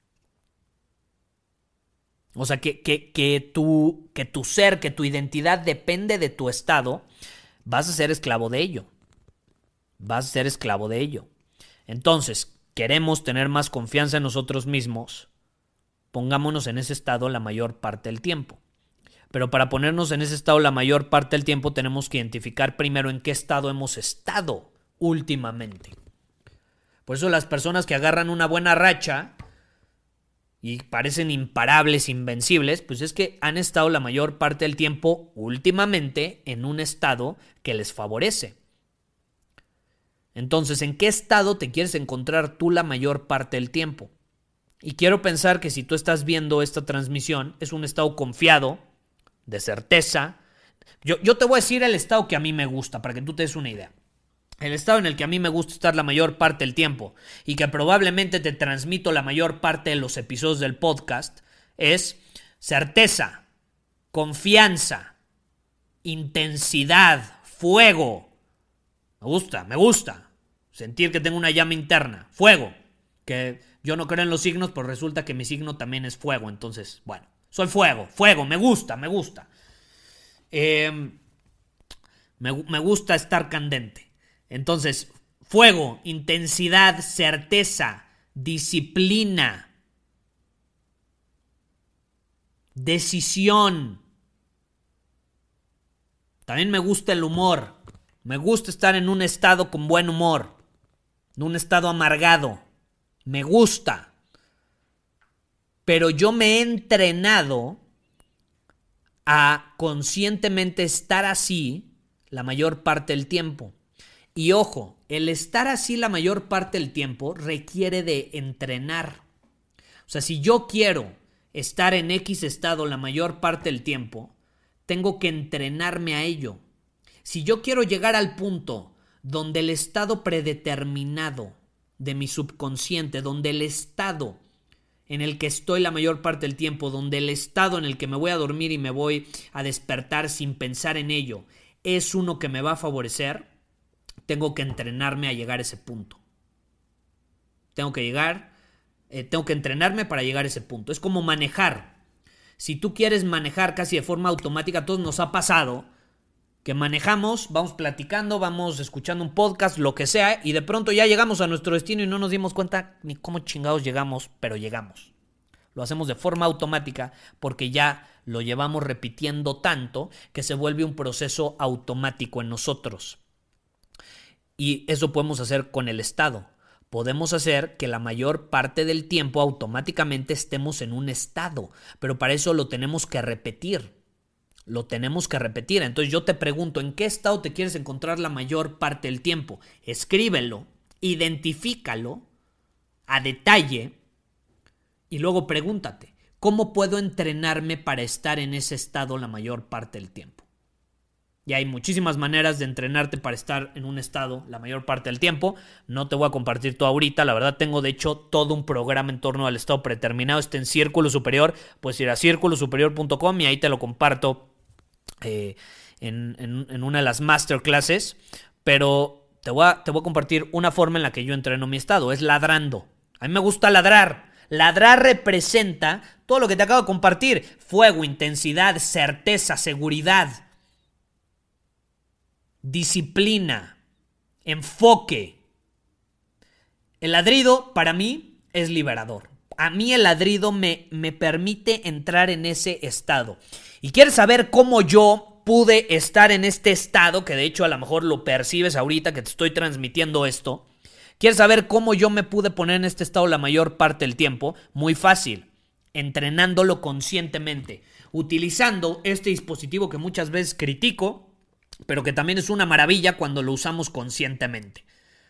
o sea, que tu ser, que tu identidad depende de tu estado, vas a ser esclavo de ello. Vas a ser esclavo de ello. Entonces, queremos tener más confianza en nosotros mismos, pongámonos en ese estado la mayor parte del tiempo. Pero para ponernos en ese estado la mayor parte del tiempo tenemos que identificar primero en qué estado hemos estado últimamente. Por eso las personas que agarran una buena racha y parecen imparables, invencibles, pues es que han estado la mayor parte del tiempo últimamente en un estado que les favorece. Entonces, ¿en qué estado te quieres encontrar tú la mayor parte del tiempo? Y quiero pensar que si tú estás viendo esta transmisión, es un estado confiado, de certeza. Yo te voy a decir el estado que a mí me gusta, para que tú te des una idea. El estado en el que a mí me gusta estar la mayor parte del tiempo y que probablemente te transmito la mayor parte de los episodios del podcast es certeza, confianza, intensidad, fuego. Me gusta sentir que tengo una llama interna, fuego, que yo no creo en los signos, pero resulta que mi signo también es fuego, entonces, bueno, soy fuego, me gusta. Me gusta estar candente. Entonces, fuego, intensidad, certeza, disciplina, decisión. También me gusta el humor. Me gusta estar en un estado con buen humor, en un estado amargado. Me gusta. Pero yo me he entrenado a conscientemente estar así la mayor parte del tiempo. Y ojo, el estar así la mayor parte del tiempo requiere de entrenar. O sea, si yo quiero estar en X estado la mayor parte del tiempo, tengo que entrenarme a ello. Si yo quiero llegar al punto donde el estado predeterminado de mi subconsciente, donde el estado en el que estoy la mayor parte del tiempo, donde el estado en el que me voy a dormir y me voy a despertar sin pensar en ello, es uno que me va a favorecer, tengo que entrenarme a llegar a ese punto. Tengo que entrenarme para llegar a ese punto. Es como manejar. Si tú quieres manejar casi de forma automática, a todos nos ha pasado que manejamos, vamos platicando, vamos escuchando un podcast, lo que sea, y de pronto ya llegamos a nuestro destino y no nos dimos cuenta ni cómo chingados llegamos, pero llegamos. Lo hacemos de forma automática porque ya lo llevamos repitiendo tanto que se vuelve un proceso automático en nosotros. Y eso podemos hacer con el estado. Podemos hacer que la mayor parte del tiempo automáticamente estemos en un estado, pero para eso lo tenemos que repetir. Entonces yo te pregunto, ¿en qué estado te quieres encontrar la mayor parte del tiempo? Escríbelo, identifícalo a detalle y luego pregúntate, ¿cómo puedo entrenarme para estar en ese estado la mayor parte del tiempo? Y hay muchísimas maneras de entrenarte para estar en un estado la mayor parte del tiempo. No te voy a compartir todo ahorita. La verdad tengo de hecho todo un programa en torno al estado predeterminado. Está en Círculo Superior. Puedes ir a circulosuperior.com y ahí te lo comparto en una de las masterclasses. Pero te voy a compartir una forma en la que yo entreno mi estado. Es ladrando. A mí me gusta ladrar. Ladrar representa todo lo que te acabo de compartir. Fuego, intensidad, certeza, seguridad, disciplina, enfoque. El ladrido para mí es liberador. A mí el ladrido me permite entrar en ese estado. ¿Y quieres saber cómo yo pude estar en este estado? Que de hecho a lo mejor lo percibes ahorita que te estoy transmitiendo esto. ¿Quieres saber cómo yo me pude poner en este estado la mayor parte del tiempo? Muy fácil, entrenándolo conscientemente, utilizando este dispositivo que muchas veces critico, pero que también es una maravilla cuando lo usamos conscientemente.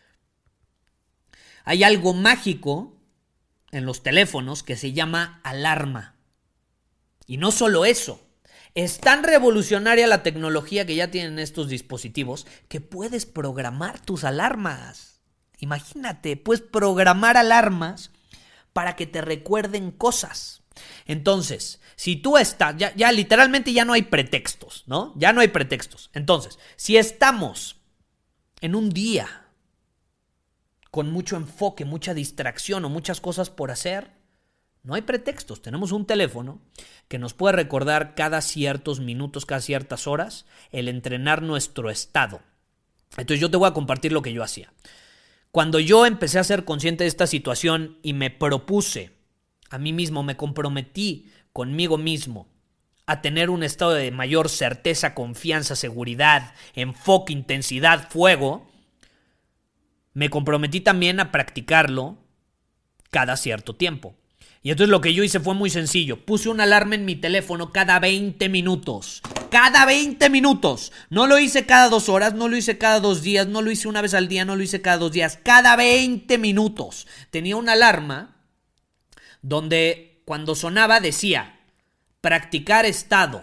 Hay algo mágico en los teléfonos que se llama alarma. Y no solo eso, es tan revolucionaria la tecnología que ya tienen estos dispositivos que puedes programar tus alarmas. Imagínate, puedes programar alarmas para que te recuerden cosas. Entonces, si tú estás, ya literalmente ya no hay pretextos, ¿no? Ya no hay pretextos. Entonces, si estamos en un día con mucho enfoque, mucha distracción o muchas cosas por hacer, no hay pretextos. Tenemos un teléfono que nos puede recordar cada ciertos minutos, cada ciertas horas, el entrenar nuestro estado. Entonces yo te voy a compartir lo que yo hacía. Cuando yo empecé a ser consciente de esta situación y me propuse a mí mismo, me comprometí conmigo mismo a tener un estado de mayor certeza, confianza, seguridad, enfoque, intensidad, fuego, me comprometí también a practicarlo cada cierto tiempo. Y entonces lo que yo hice fue muy sencillo. Puse una alarma en mi teléfono cada 20 minutos. Cada 20 minutos. No lo hice cada 2 horas, no lo hice cada 2 días, no lo hice una vez al día, no lo hice cada 2 días. Cada 20 minutos. Tenía una alarma donde cuando sonaba decía practicar estado.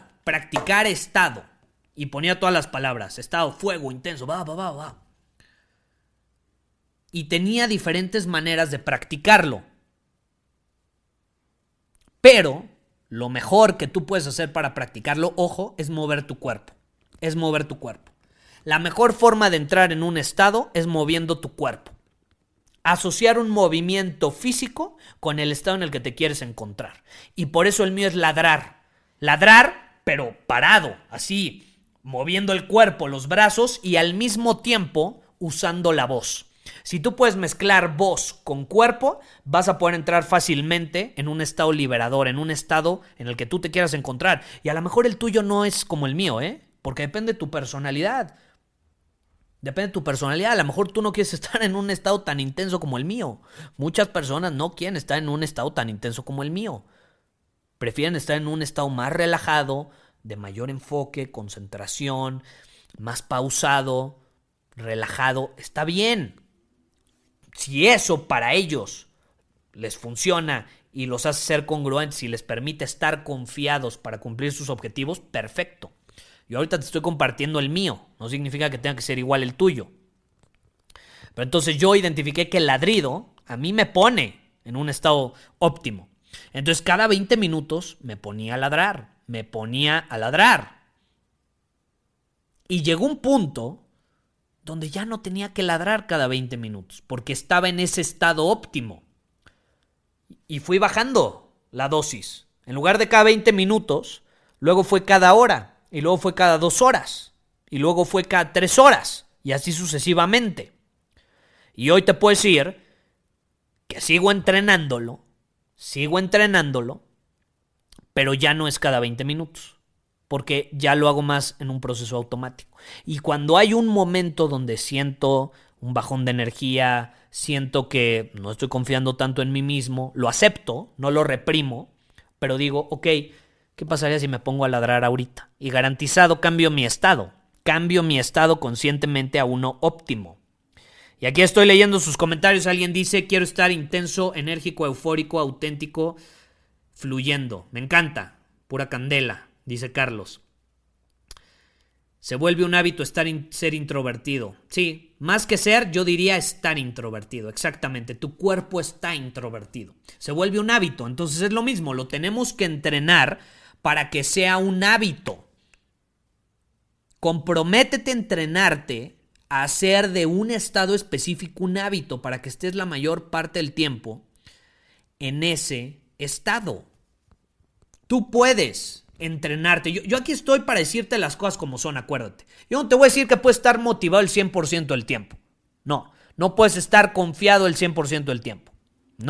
Y ponía todas las palabras. Estado, fuego, intenso, va. Y tenía diferentes maneras de practicarlo. Pero lo mejor que tú puedes hacer para practicarlo, ojo, es mover tu cuerpo. La mejor forma de entrar en un estado es moviendo tu cuerpo. Asociar un movimiento físico con el estado en el que te quieres encontrar. Y por eso el mío es ladrar. Ladrar, pero parado, así, moviendo el cuerpo, los brazos y al mismo tiempo usando la voz. Si tú puedes mezclar voz con cuerpo, vas a poder entrar fácilmente en un estado liberador, en un estado en el que tú te quieras encontrar. Y a lo mejor el tuyo no es como el mío, porque depende de tu personalidad. A lo mejor tú no quieres estar en un estado tan intenso como el mío. Muchas personas no quieren estar en un estado tan intenso como el mío. Prefieren estar en un estado más relajado, de mayor enfoque, concentración, más pausado, relajado. Está bien. Si eso para ellos les funciona y los hace ser congruentes y les permite estar confiados para cumplir sus objetivos, perfecto. Yo ahorita te estoy compartiendo el mío, no significa que tenga que ser igual el tuyo. Pero entonces yo identifiqué que el ladrido a mí me pone en un estado óptimo. Entonces cada 20 minutos me ponía a ladrar. Y llegó un punto donde ya no tenía que ladrar cada 20 minutos, porque estaba en ese estado óptimo. Y fui bajando la dosis. En lugar de cada 20 minutos, luego fue cada hora, y luego fue cada 2 horas, y luego fue cada 3 horas, y así sucesivamente. Y hoy te puedo decir que sigo entrenándolo, pero ya no es cada 20 minutos. Porque ya lo hago más en un proceso automático. Y cuando hay un momento donde siento un bajón de energía, siento que no estoy confiando tanto en mí mismo, lo acepto, no lo reprimo, pero digo, ok, ¿qué pasaría si me pongo a ladrar ahorita? Y garantizado cambio mi estado conscientemente a uno óptimo. Y aquí estoy leyendo sus comentarios. Alguien dice, quiero estar intenso, enérgico, eufórico, auténtico, fluyendo. Me encanta, pura candela. Dice Carlos. Se vuelve un hábito ser introvertido. Sí, más que ser, yo diría estar introvertido. Exactamente, tu cuerpo está introvertido. Se vuelve un hábito, entonces es lo mismo. Lo tenemos que entrenar para que sea un hábito. Comprométete a entrenarte a hacer de un estado específico un hábito para que estés la mayor parte del tiempo en ese estado. Tú puedes entrenarte. Yo aquí estoy para decirte las cosas como son, acuérdate. Yo no te voy a decir que puedes estar motivado el 100% del tiempo. No puedes estar confiado el 100% del tiempo. No.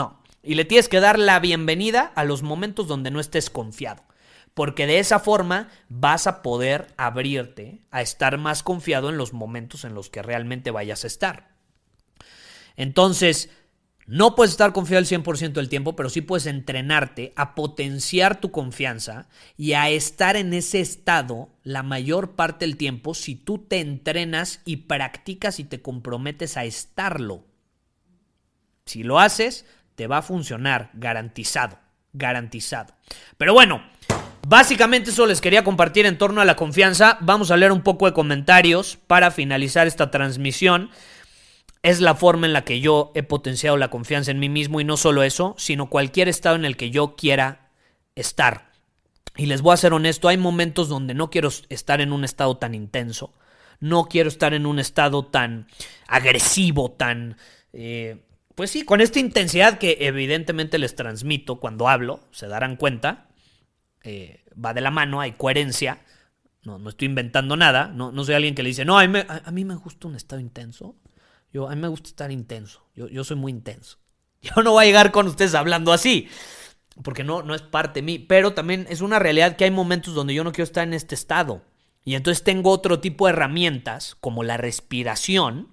Y le tienes que dar la bienvenida a los momentos donde no estés confiado. Porque de esa forma vas a poder abrirte a estar más confiado en los momentos en los que realmente vayas a estar. Entonces, no puedes estar confiado al 100% del tiempo, pero sí puedes entrenarte a potenciar tu confianza y a estar en ese estado la mayor parte del tiempo si tú te entrenas y practicas y te comprometes a estarlo. Si lo haces, te va a funcionar, garantizado, garantizado. Pero bueno, básicamente eso les quería compartir en torno a la confianza. Vamos a leer un poco de comentarios para finalizar esta transmisión. Es la forma en la que yo he potenciado la confianza en mí mismo y no solo eso, sino cualquier estado en el que yo quiera estar. Y les voy a ser honesto, hay momentos donde no quiero estar en un estado tan intenso, no quiero estar en un estado tan agresivo, tan, pues sí, con esta intensidad que evidentemente les transmito cuando hablo, se darán cuenta, va de la mano, hay coherencia, no estoy inventando nada, no soy alguien que le dice, no, a mí me gusta un estado intenso. A mí me gusta estar intenso. Yo soy muy intenso. Yo no voy a llegar con ustedes hablando así, porque no es parte de mí. Pero también es una realidad que hay momentos donde yo no quiero estar en este estado. Y entonces tengo otro tipo de herramientas, como la respiración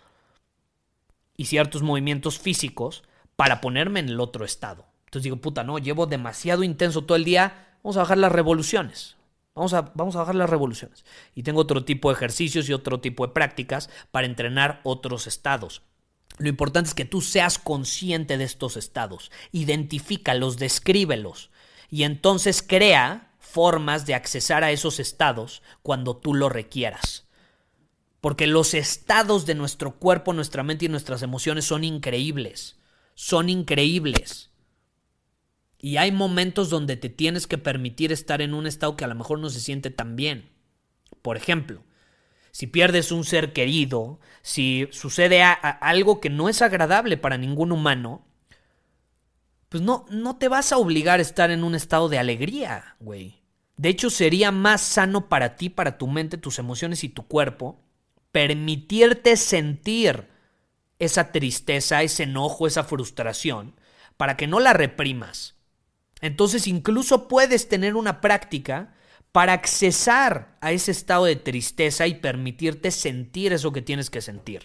y ciertos movimientos físicos, para ponerme en el otro estado. Entonces digo, puta, no, llevo demasiado intenso todo el día, vamos a bajar las revoluciones. Vamos a bajar las revoluciones. Y tengo otro tipo de ejercicios y otro tipo de prácticas para entrenar otros estados. Lo importante es que tú seas consciente de estos estados. Identifícalos, descríbelos. Y entonces crea formas de accesar a esos estados cuando tú lo requieras. Porque los estados de nuestro cuerpo, nuestra mente y nuestras emociones son increíbles. Son increíbles. Y hay momentos donde te tienes que permitir estar en un estado que a lo mejor no se siente tan bien. Por ejemplo, si pierdes un ser querido, si sucede algo que no es agradable para ningún humano, pues no te vas a obligar a estar en un estado de alegría, güey. De hecho, sería más sano para ti, para tu mente, tus emociones y tu cuerpo, permitirte sentir esa tristeza, ese enojo, esa frustración, para que no la reprimas. Entonces incluso puedes tener una práctica para accesar a ese estado de tristeza y permitirte sentir eso que tienes que sentir.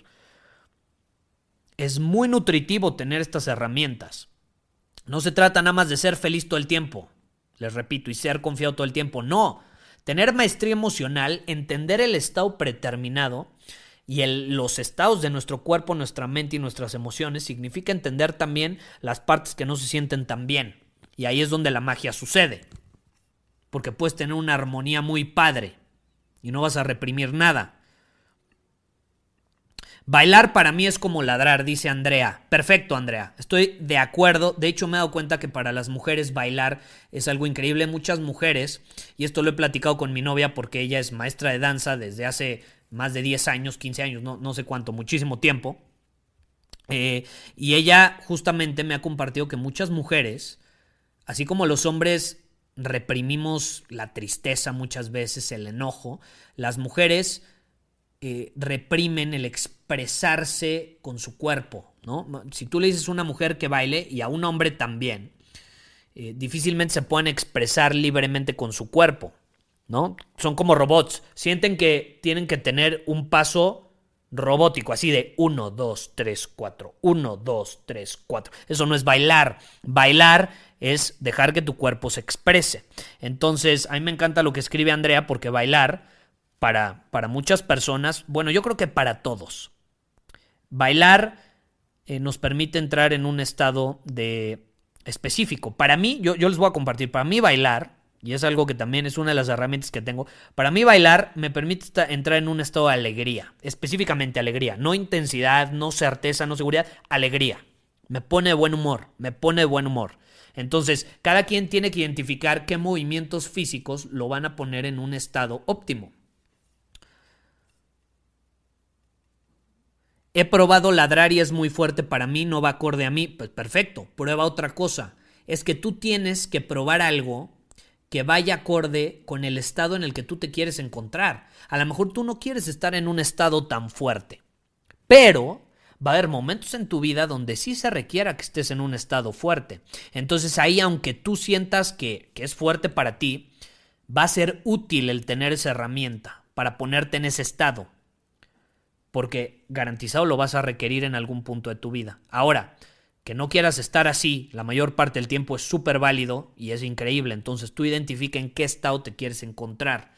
Es muy nutritivo tener estas herramientas. No se trata nada más de ser feliz todo el tiempo, les repito, y ser confiado todo el tiempo. No, tener maestría emocional, entender el estado predeterminado y los estados de nuestro cuerpo, nuestra mente y nuestras emociones significa entender también las partes que no se sienten tan bien. Y ahí es donde la magia sucede. Porque puedes tener una armonía muy padre y no vas a reprimir nada. Bailar para mí es como ladrar, dice Andrea. Perfecto, Andrea. Estoy de acuerdo. De hecho, me he dado cuenta que para las mujeres bailar es algo increíble. Muchas mujeres, y esto lo he platicado con mi novia porque ella es maestra de danza desde hace más de 10 años, 15 años, no sé cuánto, muchísimo tiempo. Y ella justamente me ha compartido que muchas mujeres, así como los hombres reprimimos la tristeza muchas veces, el enojo, las mujeres reprimen el expresarse con su cuerpo, ¿no? Si tú le dices a una mujer que baile, y a un hombre también, difícilmente se pueden expresar libremente con su cuerpo, ¿no? Son como robots, sienten que tienen que tener un paso robótico, así de 1, 2, 3, 4, 1, 2, 3, 4. Eso no es bailar. Bailar es dejar que tu cuerpo se exprese. Entonces, a mí me encanta lo que escribe Andrea, porque bailar, para muchas personas, bueno, yo creo que para todos, bailar nos permite entrar en un estado de específico. Para mí, yo les voy a compartir, para mí bailar, y es algo que también es una de las herramientas que tengo, para mí bailar me permite entrar en un estado de alegría, específicamente alegría, no intensidad, no certeza, no seguridad, alegría. Me pone de buen humor, Entonces, cada quien tiene que identificar qué movimientos físicos lo van a poner en un estado óptimo. He probado ladrar y es muy fuerte para mí, no va acorde a mí. Pues perfecto, prueba otra cosa. Es que tú tienes que probar algo que vaya acorde con el estado en el que tú te quieres encontrar. A lo mejor tú no quieres estar en un estado tan fuerte, pero Va a haber momentos en tu vida donde sí se requiera que estés en un estado fuerte. Entonces ahí, aunque tú sientas que es fuerte para ti, va a ser útil el tener esa herramienta para ponerte en ese estado. Porque garantizado lo vas a requerir en algún punto de tu vida. Ahora, que no quieras estar así la mayor parte del tiempo es súper válido y es increíble. Entonces tú identifica en qué estado te quieres encontrar.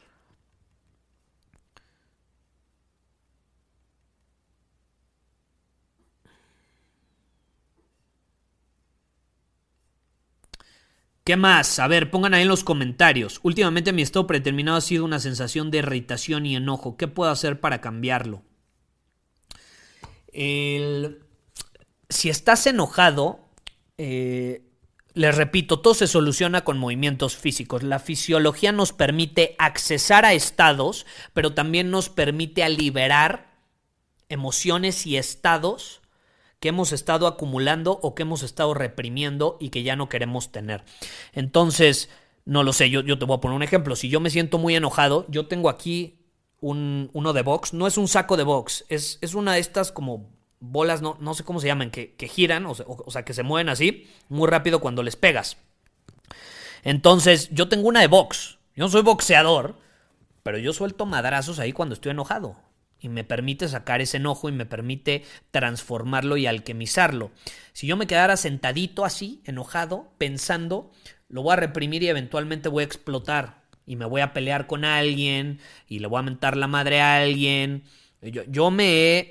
¿Qué más? A ver, pongan ahí en los comentarios. Últimamente mi estado predeterminado ha sido una sensación de irritación y enojo. ¿Qué puedo hacer para cambiarlo? Si estás enojado, les repito, todo se soluciona con movimientos físicos. La fisiología nos permite accesar a estados, pero también nos permite liberar emociones y estados que hemos estado acumulando o que hemos estado reprimiendo y que ya no queremos tener. Entonces, no lo sé, yo te voy a poner un ejemplo. Si yo me siento muy enojado, yo tengo aquí uno de box. No es un saco de box, es una de estas como bolas, no sé cómo se llaman, que giran, o sea, que se mueven así muy rápido cuando les pegas. Entonces, yo tengo una de box. Yo no soy boxeador, pero yo suelto madrazos ahí cuando estoy enojado. Y me permite sacar ese enojo y me permite transformarlo y alquimizarlo. Si yo me quedara sentadito así, enojado, pensando, lo voy a reprimir y eventualmente voy a explotar. Y me voy a pelear con alguien y le voy a mentar la madre a alguien. Yo me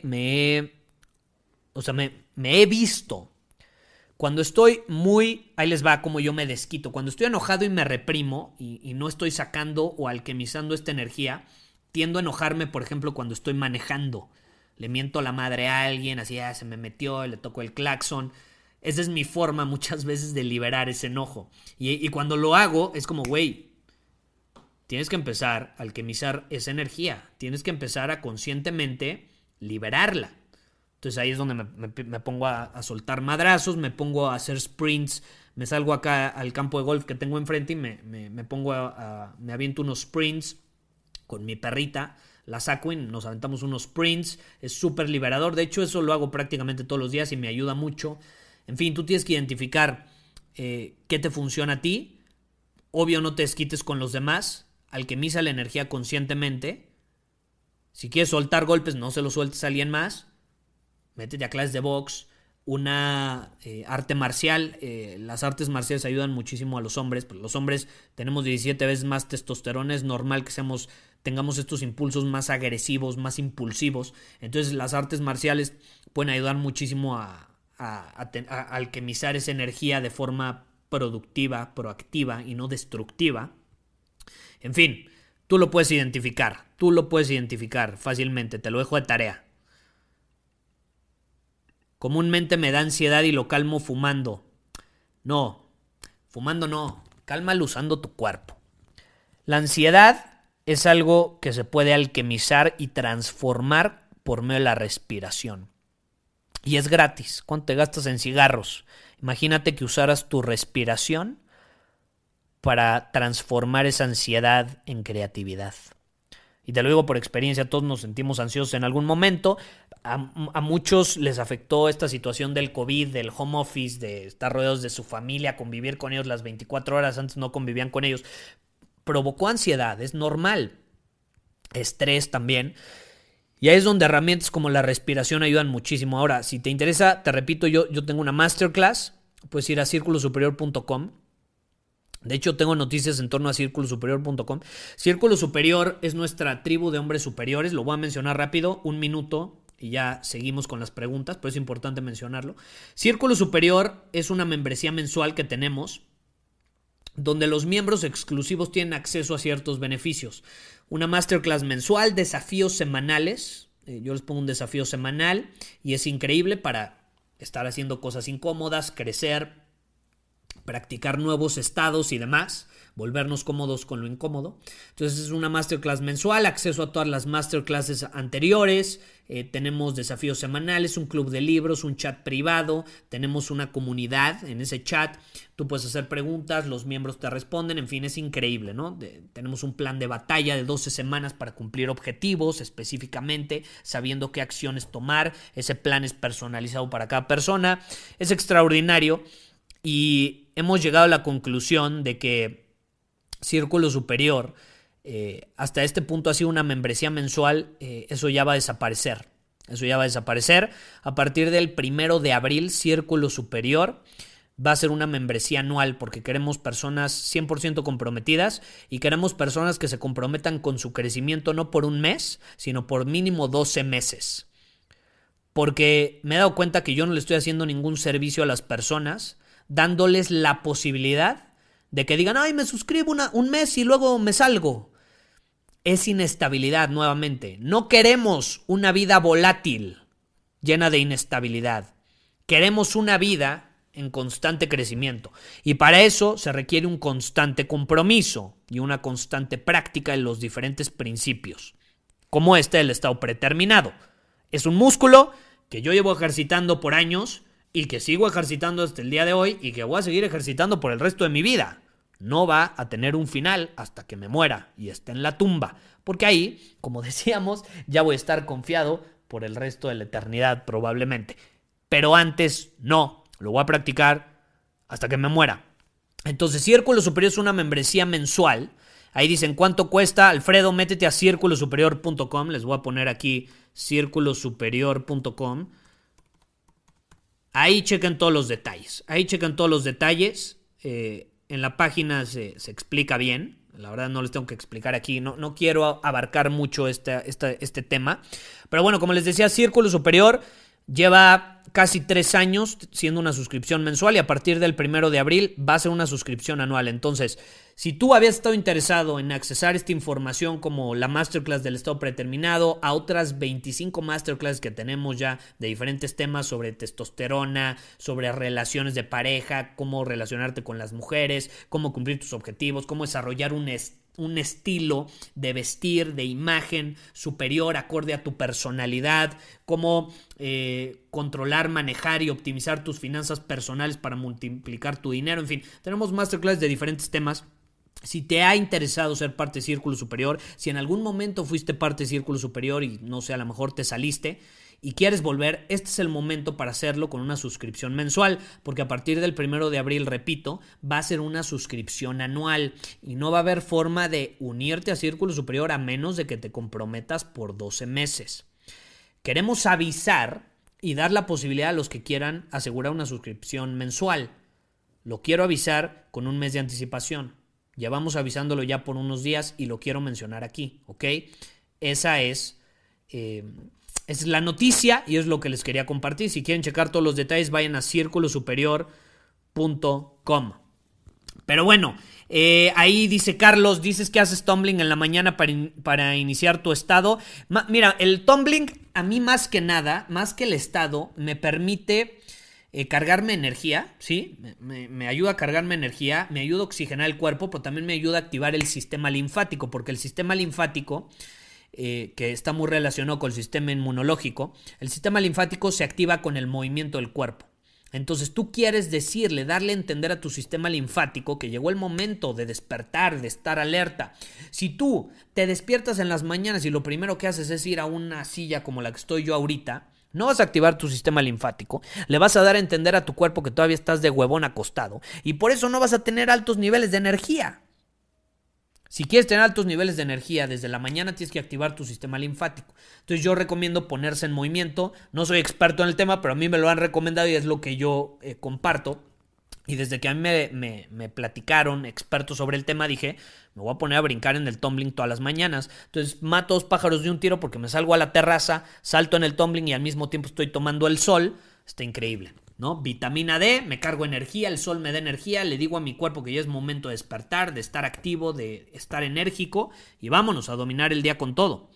he visto. Cuando estoy ahí les va como yo me desquito. Cuando estoy enojado y me reprimo y no estoy sacando o alquimizando esta energía, tiendo a enojarme, por ejemplo, cuando estoy manejando. Le miento la madre a alguien, así se me metió, le toco el claxon. Esa es mi forma muchas veces de liberar ese enojo. Y cuando lo hago, es como, güey, tienes que empezar a alquimizar esa energía. Tienes que empezar a conscientemente liberarla. Entonces ahí es donde me pongo a soltar madrazos, me pongo a hacer sprints, me salgo acá al campo de golf que tengo enfrente y me pongo me aviento unos sprints con mi perrita, la saco y nos aventamos unos sprints, es súper liberador. De hecho, eso lo hago prácticamente todos los días y me ayuda mucho. En fin, tú tienes que identificar qué te funciona a ti. Obvio, no te desquites con los demás, alquimiza la energía conscientemente. Si quieres soltar golpes, no se los sueltes a alguien más. Métete a clases de box, una arte marcial. Las artes marciales ayudan muchísimo a los hombres, porque los hombres tenemos 17 veces más testosterona, es normal que tengamos estos impulsos más agresivos, más impulsivos. Entonces las artes marciales pueden ayudar muchísimo a alquimizar esa energía de forma productiva, proactiva y no destructiva. En fin, tú lo puedes identificar fácilmente, te lo dejo de tarea. Comúnmente me da ansiedad y lo calmo fumando. No, fumando no, cálmalo usando tu cuerpo. La ansiedad es algo que se puede alquimizar y transformar por medio de la respiración. Y es gratis. ¿Cuánto te gastas en cigarros? Imagínate que usaras tu respiración para transformar esa ansiedad en creatividad. Y te lo digo por experiencia, todos nos sentimos ansiosos en algún momento. A muchos les afectó esta situación del COVID, del home office, de estar rodeados de su familia, convivir con ellos las 24 horas, antes no convivían con ellos. Provocó ansiedad, es normal. Estrés también. Y ahí es donde herramientas como la respiración ayudan muchísimo. Ahora, si te interesa, te repito, yo tengo una masterclass. Puedes ir a circulosuperior.com. De hecho, tengo noticias en torno a circulosuperior.com. Círculo Superior es nuestra tribu de hombres superiores. Lo voy a mencionar rápido, 1 minuto, y ya seguimos con las preguntas, pero es importante mencionarlo. Círculo Superior es una membresía mensual que tenemos, donde los miembros exclusivos tienen acceso a ciertos beneficios. Una masterclass mensual, desafíos semanales. Yo les pongo un desafío semanal y es increíble para estar haciendo cosas incómodas, crecer, practicar nuevos estados y demás, volvernos cómodos con lo incómodo. Entonces es una masterclass mensual, acceso a todas las masterclasses anteriores, tenemos desafíos semanales, un club de libros, un chat privado, tenemos una comunidad en ese chat, tú puedes hacer preguntas, los miembros te responden, en fin, es increíble, ¿no? Tenemos un plan de batalla de 12 semanas para cumplir objetivos específicamente, sabiendo qué acciones tomar, ese plan es personalizado para cada persona, es extraordinario y hemos llegado a la conclusión de que Círculo Superior, hasta este punto ha sido una membresía mensual, eso ya va a desaparecer. Eso ya va a desaparecer. A partir del 1 de abril, Círculo Superior va a ser una membresía anual porque queremos personas 100% comprometidas y queremos personas que se comprometan con su crecimiento no por un mes, sino por mínimo 12 meses. Porque me he dado cuenta que yo no le estoy haciendo ningún servicio a las personas, dándoles la posibilidad de que digan, ay, me suscribo un mes y luego me salgo. Es inestabilidad nuevamente. No queremos una vida volátil, llena de inestabilidad. Queremos una vida en constante crecimiento. Y para eso se requiere un constante compromiso y una constante práctica en los diferentes principios. Como del estado predeterminado. Es un músculo que yo llevo ejercitando por años y que sigo ejercitando hasta el día de hoy y que voy a seguir ejercitando por el resto de mi vida. No va a tener un final hasta que me muera y esté en la tumba, porque ahí, como decíamos, ya voy a estar confiado por el resto de la eternidad probablemente. Pero antes no, lo voy a practicar hasta que me muera. Entonces, Círculo Superior es una membresía mensual. Ahí dicen cuánto cuesta. Alfredo, métete a circulosuperior.com. Les voy a poner aquí circulosuperior.com. Ahí chequen todos los detalles. En la página se explica bien. La verdad no les tengo que explicar aquí. No quiero abarcar mucho este tema. Pero bueno, como les decía, Círculo Superior lleva casi 3 años siendo una suscripción mensual y a partir del 1 de abril va a ser una suscripción anual. Entonces, si tú habías estado interesado en accesar esta información como la Masterclass del estado predeterminado, a otras 25 Masterclass que tenemos ya de diferentes temas sobre testosterona, sobre relaciones de pareja, cómo relacionarte con las mujeres, cómo cumplir tus objetivos, cómo desarrollar un estilo de vestir, de imagen superior, acorde a tu personalidad, cómo controlar, manejar y optimizar tus finanzas personales para multiplicar tu dinero, en fin, tenemos masterclass de diferentes temas. Si te ha interesado ser parte de Círculo Superior, si en algún momento fuiste parte de Círculo Superior y no sé, a lo mejor te saliste y quieres volver, este es el momento para hacerlo con una suscripción mensual, porque a partir del 1 de abril, repito, va a ser una suscripción anual y no va a haber forma de unirte a Círculo Superior a menos de que te comprometas por 12 meses. Queremos avisar y dar la posibilidad a los que quieran asegurar una suscripción mensual. Lo quiero avisar con un mes de anticipación. Llevamos avisándolo ya por unos días y lo quiero mencionar aquí, ¿ok? Esa es la noticia y es lo que les quería compartir. Si quieren checar todos los detalles, vayan a circulosuperior.com. Pero bueno, ahí dice Carlos, dices que haces tumbling en la mañana para iniciar tu estado. Mira, el tumbling a mí más que nada, más que el estado, me permite cargarme energía, ¿sí? Me ayuda a cargarme energía, me ayuda a oxigenar el cuerpo, pero también me ayuda a activar el sistema linfático, porque el sistema linfático, que está muy relacionado con el sistema inmunológico, el sistema linfático se activa con el movimiento del cuerpo. Entonces tú quieres darle a entender a tu sistema linfático que llegó el momento de despertar, de estar alerta. Si tú te despiertas en las mañanas y lo primero que haces es ir a una silla como la que estoy yo ahorita, no vas a activar tu sistema linfático, le vas a dar a entender a tu cuerpo que todavía estás de huevón acostado y por eso no vas a tener altos niveles de energía. Si quieres tener altos niveles de energía desde la mañana tienes que activar tu sistema linfático. Entonces yo recomiendo ponerse en movimiento. No soy experto en el tema, pero a mí me lo han recomendado y es lo que yo comparto. Y desde que a mí me platicaron expertos sobre el tema, dije, me voy a poner a brincar en el tumbling todas las mañanas. Entonces mato 2 pájaros de un tiro porque me salgo a la terraza, salto en el tumbling y al mismo tiempo estoy tomando el sol. Está increíble, ¿no? Vitamina D, me cargo energía, el sol me da energía, le digo a mi cuerpo que ya es momento de despertar, de estar activo, de estar enérgico y vámonos a dominar el día con todo.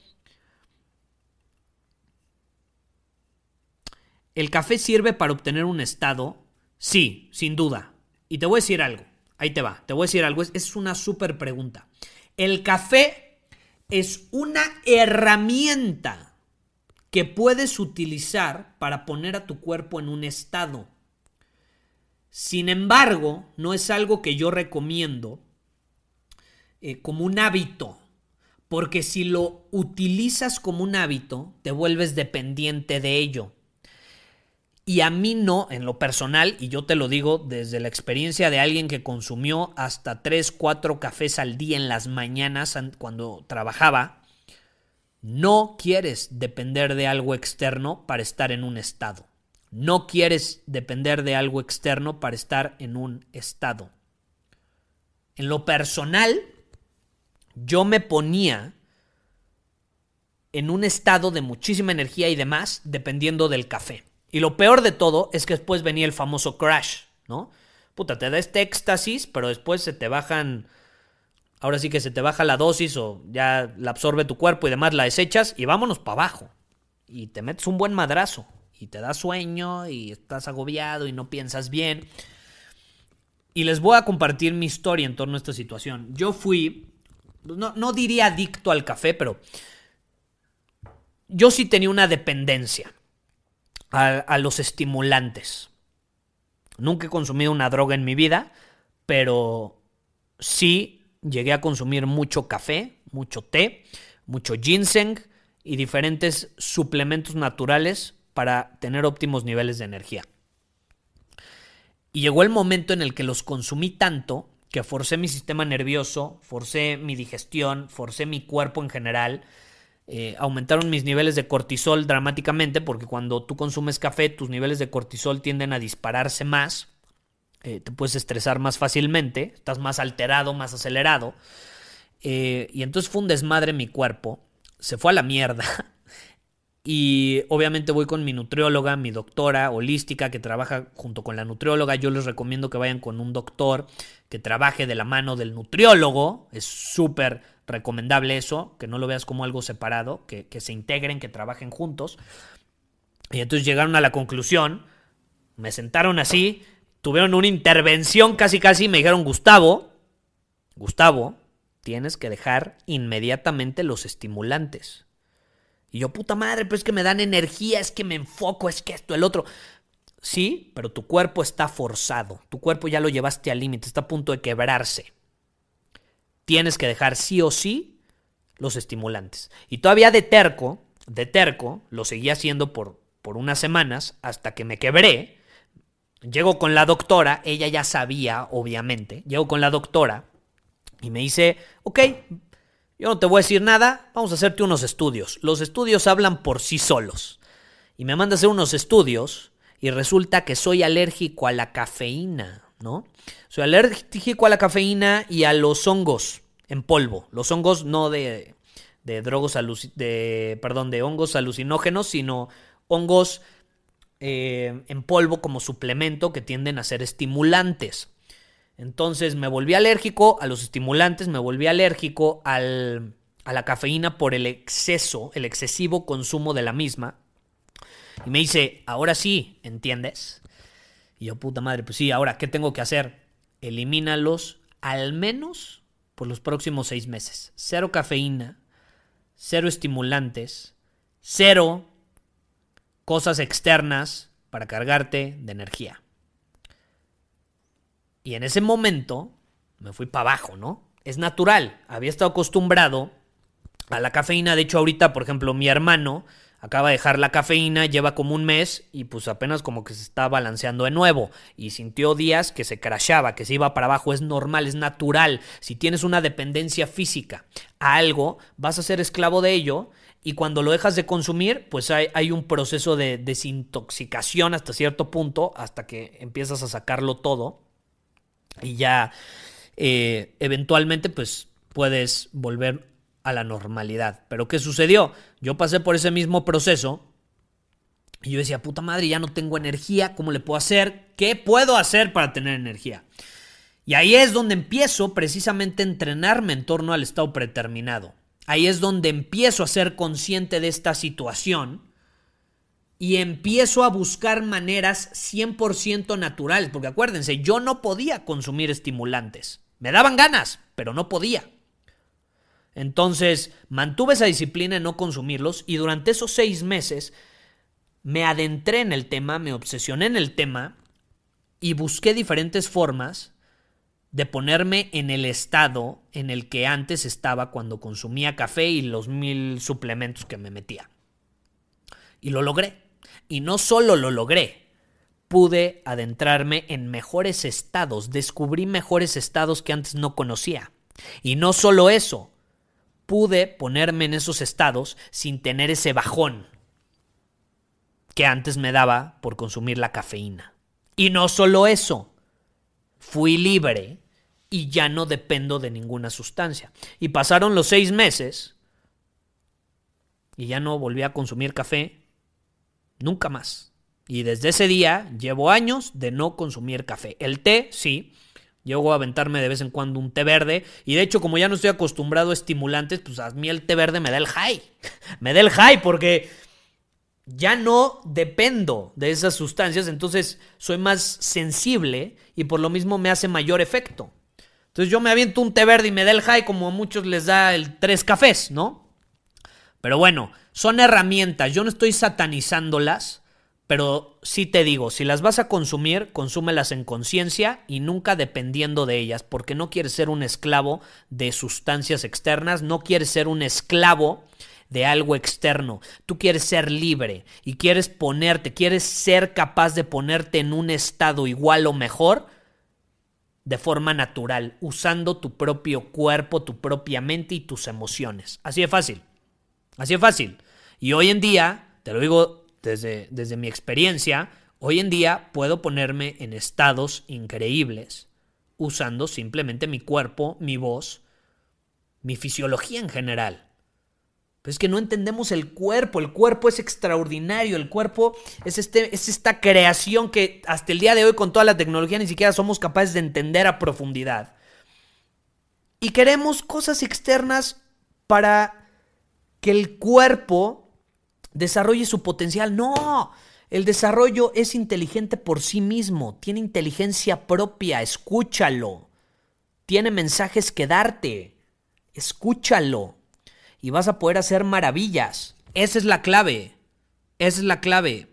¿El café sirve para obtener un estado? Sí, sin duda. Y te voy a decir algo. Ahí te va. Te voy a decir algo. Es una súper pregunta. El café es una herramienta que puedes utilizar para poner a tu cuerpo en un estado. Sin embargo, no es algo que yo recomiendo como un hábito. Porque si lo utilizas como un hábito, te vuelves dependiente de ello. Y a mí no, en lo personal, y yo te lo digo desde la experiencia de alguien que consumió hasta 3, 4 cafés al día en las mañanas cuando trabajaba, no quieres depender de algo externo para estar en un estado. No quieres depender de algo externo para estar en un estado. En lo personal, yo me ponía en un estado de muchísima energía y demás dependiendo del café. Y lo peor de todo es que después venía el famoso crash, ¿no? Puta, te da este éxtasis, pero después se te bajan... Ahora sí que se te baja la dosis o ya la absorbe tu cuerpo y demás, la desechas y vámonos para abajo. Y te metes un buen madrazo y te da sueño y estás agobiado y no piensas bien. Y les voy a compartir mi historia en torno a esta situación. Yo fui, no diría adicto al café, pero yo sí tenía una dependencia a los estimulantes. Nunca he consumido una droga en mi vida, pero sí llegué a consumir mucho café, mucho té, mucho ginseng y diferentes suplementos naturales para tener óptimos niveles de energía. Y llegó el momento en el que los consumí tanto que forcé mi sistema nervioso, forcé mi digestión, forcé mi cuerpo en general. Aumentaron mis niveles de cortisol dramáticamente porque cuando tú consumes café tus niveles de cortisol tienden a dispararse más. Te puedes estresar más fácilmente, estás más alterado, más acelerado. Y entonces fue un desmadre en mi cuerpo, se fue a la mierda. Y obviamente voy con mi nutrióloga, mi doctora holística que trabaja junto con la nutrióloga. Yo les recomiendo que vayan con un doctor que trabaje de la mano del nutriólogo. Es súper recomendable eso, que no lo veas como algo separado, que se integren, que trabajen juntos. Y entonces llegaron a la conclusión, me sentaron así, tuvieron una intervención casi y me dijeron, Gustavo, tienes que dejar inmediatamente los estimulantes. Y yo, puta madre, pero es que me dan energía, es que me enfoco, es que esto, el otro. Sí, pero tu cuerpo está forzado, tu cuerpo ya lo llevaste al límite, está a punto de quebrarse. Tienes que dejar sí o sí los estimulantes. Y todavía de terco, lo seguí haciendo por unas semanas hasta que me quebré. Llego con la doctora, ella ya sabía, obviamente. Llego con la doctora y me dice, ok, yo no te voy a decir nada, vamos a hacerte unos estudios. Los estudios hablan por sí solos. Y me manda a hacer unos estudios y resulta que soy alérgico a la cafeína, ¿no? Soy alérgico a la cafeína y a los hongos en polvo. Los hongos no de hongos alucinógenos, sino hongos en polvo como suplemento que tienden a ser estimulantes. Entonces me volví alérgico a los estimulantes, me volví alérgico a la cafeína por el excesivo consumo de la misma. Y me dice, ahora sí, ¿entiendes? Y yo, puta madre, pues sí, ahora, ¿qué tengo que hacer? Elimínalos al menos por los próximos 6 meses. 0 cafeína, 0 estimulantes, 0 cosas externas para cargarte de energía. Y en ese momento me fui para abajo, ¿no? Es natural, había estado acostumbrado a la cafeína. De hecho, ahorita, por ejemplo, mi hermano acaba de dejar la cafeína, lleva como un mes y pues apenas como que se está balanceando de nuevo. Y sintió días que se crashaba, que se iba para abajo. Es normal, es natural. Si tienes una dependencia física a algo, vas a ser esclavo de ello. Y cuando lo dejas de consumir, pues hay un proceso de desintoxicación hasta cierto punto, hasta que empiezas a sacarlo todo. Y ya eventualmente pues puedes volver a la normalidad. Pero ¿qué sucedió? Yo pasé por ese mismo proceso y yo decía, puta madre, ya no tengo energía, ¿cómo le puedo hacer? ¿Qué puedo hacer para tener energía? Y ahí es donde empiezo precisamente a entrenarme en torno al estado predeterminado. Ahí es donde empiezo a ser consciente de esta situación y empiezo a buscar maneras 100% naturales, porque acuérdense, yo no podía consumir estimulantes. Me daban ganas, pero no podía. Entonces, mantuve esa disciplina en no consumirlos y durante esos 6 meses me adentré en el tema, me obsesioné en el tema y busqué diferentes formas de ponerme en el estado en el que antes estaba cuando consumía café y los 1000 suplementos que me metía. Y lo logré. Y no solo lo logré, pude adentrarme en mejores estados, descubrí mejores estados que antes no conocía. Y no solo eso, pude ponerme en esos estados sin tener ese bajón que antes me daba por consumir la cafeína. Y no solo eso, fui libre y ya no dependo de ninguna sustancia. Y pasaron los 6 meses y ya no volví a consumir café nunca más. Y desde ese día llevo años de no consumir café. El té, sí. Llego a aventarme de vez en cuando un té verde. Y de hecho, como ya no estoy acostumbrado a estimulantes, pues a mí el té verde me da el high. Me da el high porque ya no dependo de esas sustancias. Entonces soy más sensible y por lo mismo me hace mayor efecto. Entonces yo me aviento un té verde y me da el high como a muchos les da el 3 cafés, ¿no? Pero bueno, son herramientas. Yo no estoy satanizándolas. Pero sí te digo, si las vas a consumir, consúmelas en conciencia y nunca dependiendo de ellas, porque no quieres ser un esclavo de sustancias externas, no quieres ser un esclavo de algo externo. Tú quieres ser libre y quieres ser capaz de ponerte en un estado igual o mejor de forma natural, usando tu propio cuerpo, tu propia mente y tus emociones. Así de fácil. Así de fácil. Y hoy en día, te lo digo desde mi experiencia, hoy en día puedo ponerme en estados increíbles usando simplemente mi cuerpo, mi voz, mi fisiología en general. Pero es que no entendemos el cuerpo es extraordinario, el cuerpo es esta creación que hasta el día de hoy con toda la tecnología ni siquiera somos capaces de entender a profundidad. Y queremos cosas externas para que el cuerpo desarrolle su potencial. No, el desarrollo es inteligente por sí mismo, tiene inteligencia propia, escúchalo, tiene mensajes que darte, escúchalo y vas a poder hacer maravillas. Esa es la clave, esa es la clave.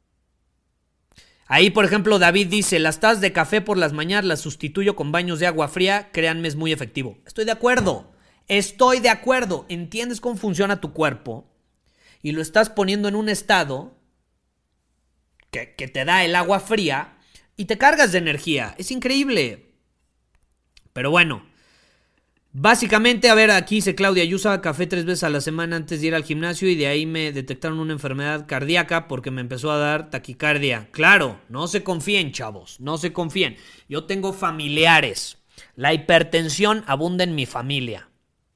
Ahí, por ejemplo, David dice, las tazas de café por las mañanas las sustituyo con baños de agua fría, créanme, es muy efectivo. Estoy de acuerdo, entiendes cómo funciona tu cuerpo y lo estás poniendo en un estado que te da el agua fría y te cargas de energía. Es increíble. Pero bueno, básicamente, a ver, aquí dice Claudia, yo usaba café 3 veces a la semana antes de ir al gimnasio y de ahí me detectaron una enfermedad cardíaca porque me empezó a dar taquicardia. Claro, no se confíen, chavos, no se confíen. Yo tengo familiares. La hipertensión abunda en mi familia.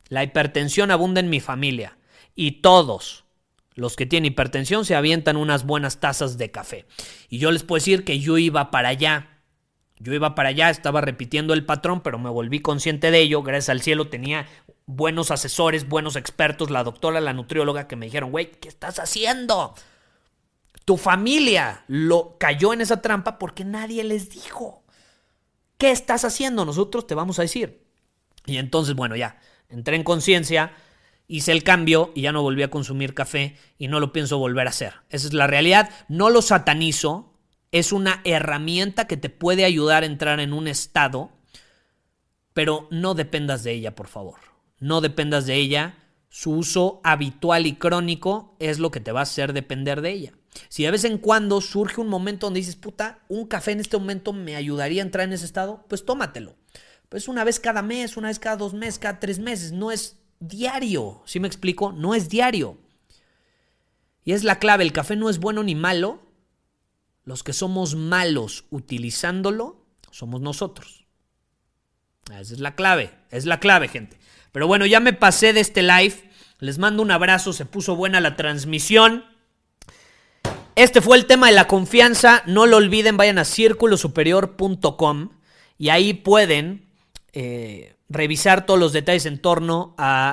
Y todos los que tienen hipertensión se avientan unas buenas tazas de café. Y yo les puedo decir que yo iba para allá, estaba repitiendo el patrón, pero me volví consciente de ello. Gracias al cielo tenía buenos asesores, buenos expertos, la doctora, la nutrióloga, que me dijeron, güey, ¿qué estás haciendo? Tu familia cayó en esa trampa porque nadie les dijo. ¿Qué estás haciendo? Nosotros te vamos a decir. Y entonces, bueno, ya, entré en conciencia, hice el cambio y ya no volví a consumir café y no lo pienso volver a hacer. Esa es la realidad. No lo satanizo. Es una herramienta que te puede ayudar a entrar en un estado, pero no dependas de ella, por favor. No dependas de ella. Su uso habitual y crónico es lo que te va a hacer depender de ella. Si de vez en cuando surge un momento donde dices, puta, un café en este momento me ayudaría a entrar en ese estado, pues tómatelo. Pues una vez cada mes, una vez cada 2 meses, cada 3 meses. No es diario. ¿Sí me explico? No es diario. Y es la clave. El café no es bueno ni malo. Los que somos malos utilizándolo somos nosotros. Esa es la clave, gente. Pero bueno, ya me pasé de este live. Les mando un abrazo, se puso buena la transmisión. Este fue el tema de la confianza. No lo olviden, vayan a circulosuperior.com y ahí pueden revisar todos los detalles en torno a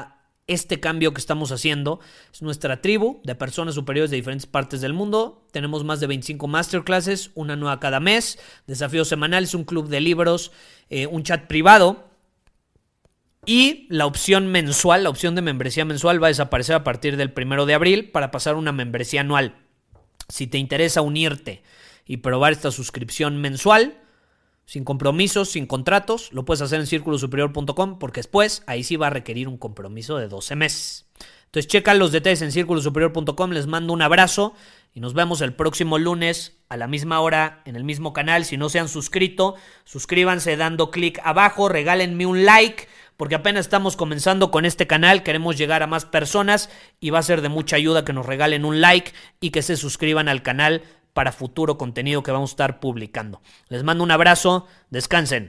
este cambio que estamos haciendo. Es nuestra tribu de personas superiores de diferentes partes del mundo. Tenemos más de 25 masterclasses, una nueva cada mes, desafíos semanales, un club de libros, un chat privado. Y la opción mensual, la opción de membresía mensual va a desaparecer a partir del 1 de abril para pasar a una membresía anual. Si te interesa unirte y probar esta suscripción mensual, sin compromisos, sin contratos, lo puedes hacer en circulosuperior.com porque después ahí sí va a requerir un compromiso de 12 meses. Entonces checa los detalles en circulosuperior.com, les mando un abrazo y nos vemos el próximo lunes a la misma hora en el mismo canal. Si no se han suscrito, suscríbanse dando clic abajo, regálenme un like porque apenas estamos comenzando con este canal, queremos llegar a más personas y va a ser de mucha ayuda que nos regalen un like y que se suscriban al canal para futuro contenido que vamos a estar publicando. Les mando un abrazo, descansen.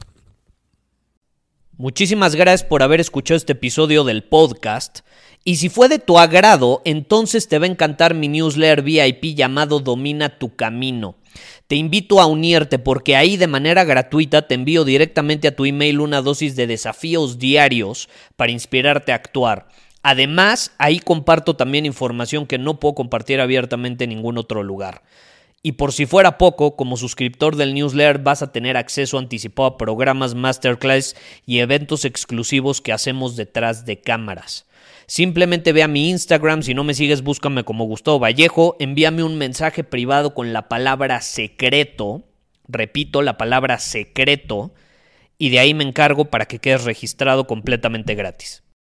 Muchísimas gracias por haber escuchado este episodio del podcast. Y si fue de tu agrado, entonces te va a encantar mi newsletter VIP llamado Domina tu Camino. Te invito a unirte porque ahí de manera gratuita te envío directamente a tu email una dosis de desafíos diarios para inspirarte a actuar. Además, ahí comparto también información que no puedo compartir abiertamente en ningún otro lugar. Y por si fuera poco, como suscriptor del newsletter vas a tener acceso anticipado a programas, masterclass y eventos exclusivos que hacemos detrás de cámaras. Simplemente ve a mi Instagram, si no me sigues búscame como Gustavo Vallejo, envíame un mensaje privado con la palabra secreto, repito, la palabra secreto, y de ahí me encargo para que quedes registrado completamente gratis.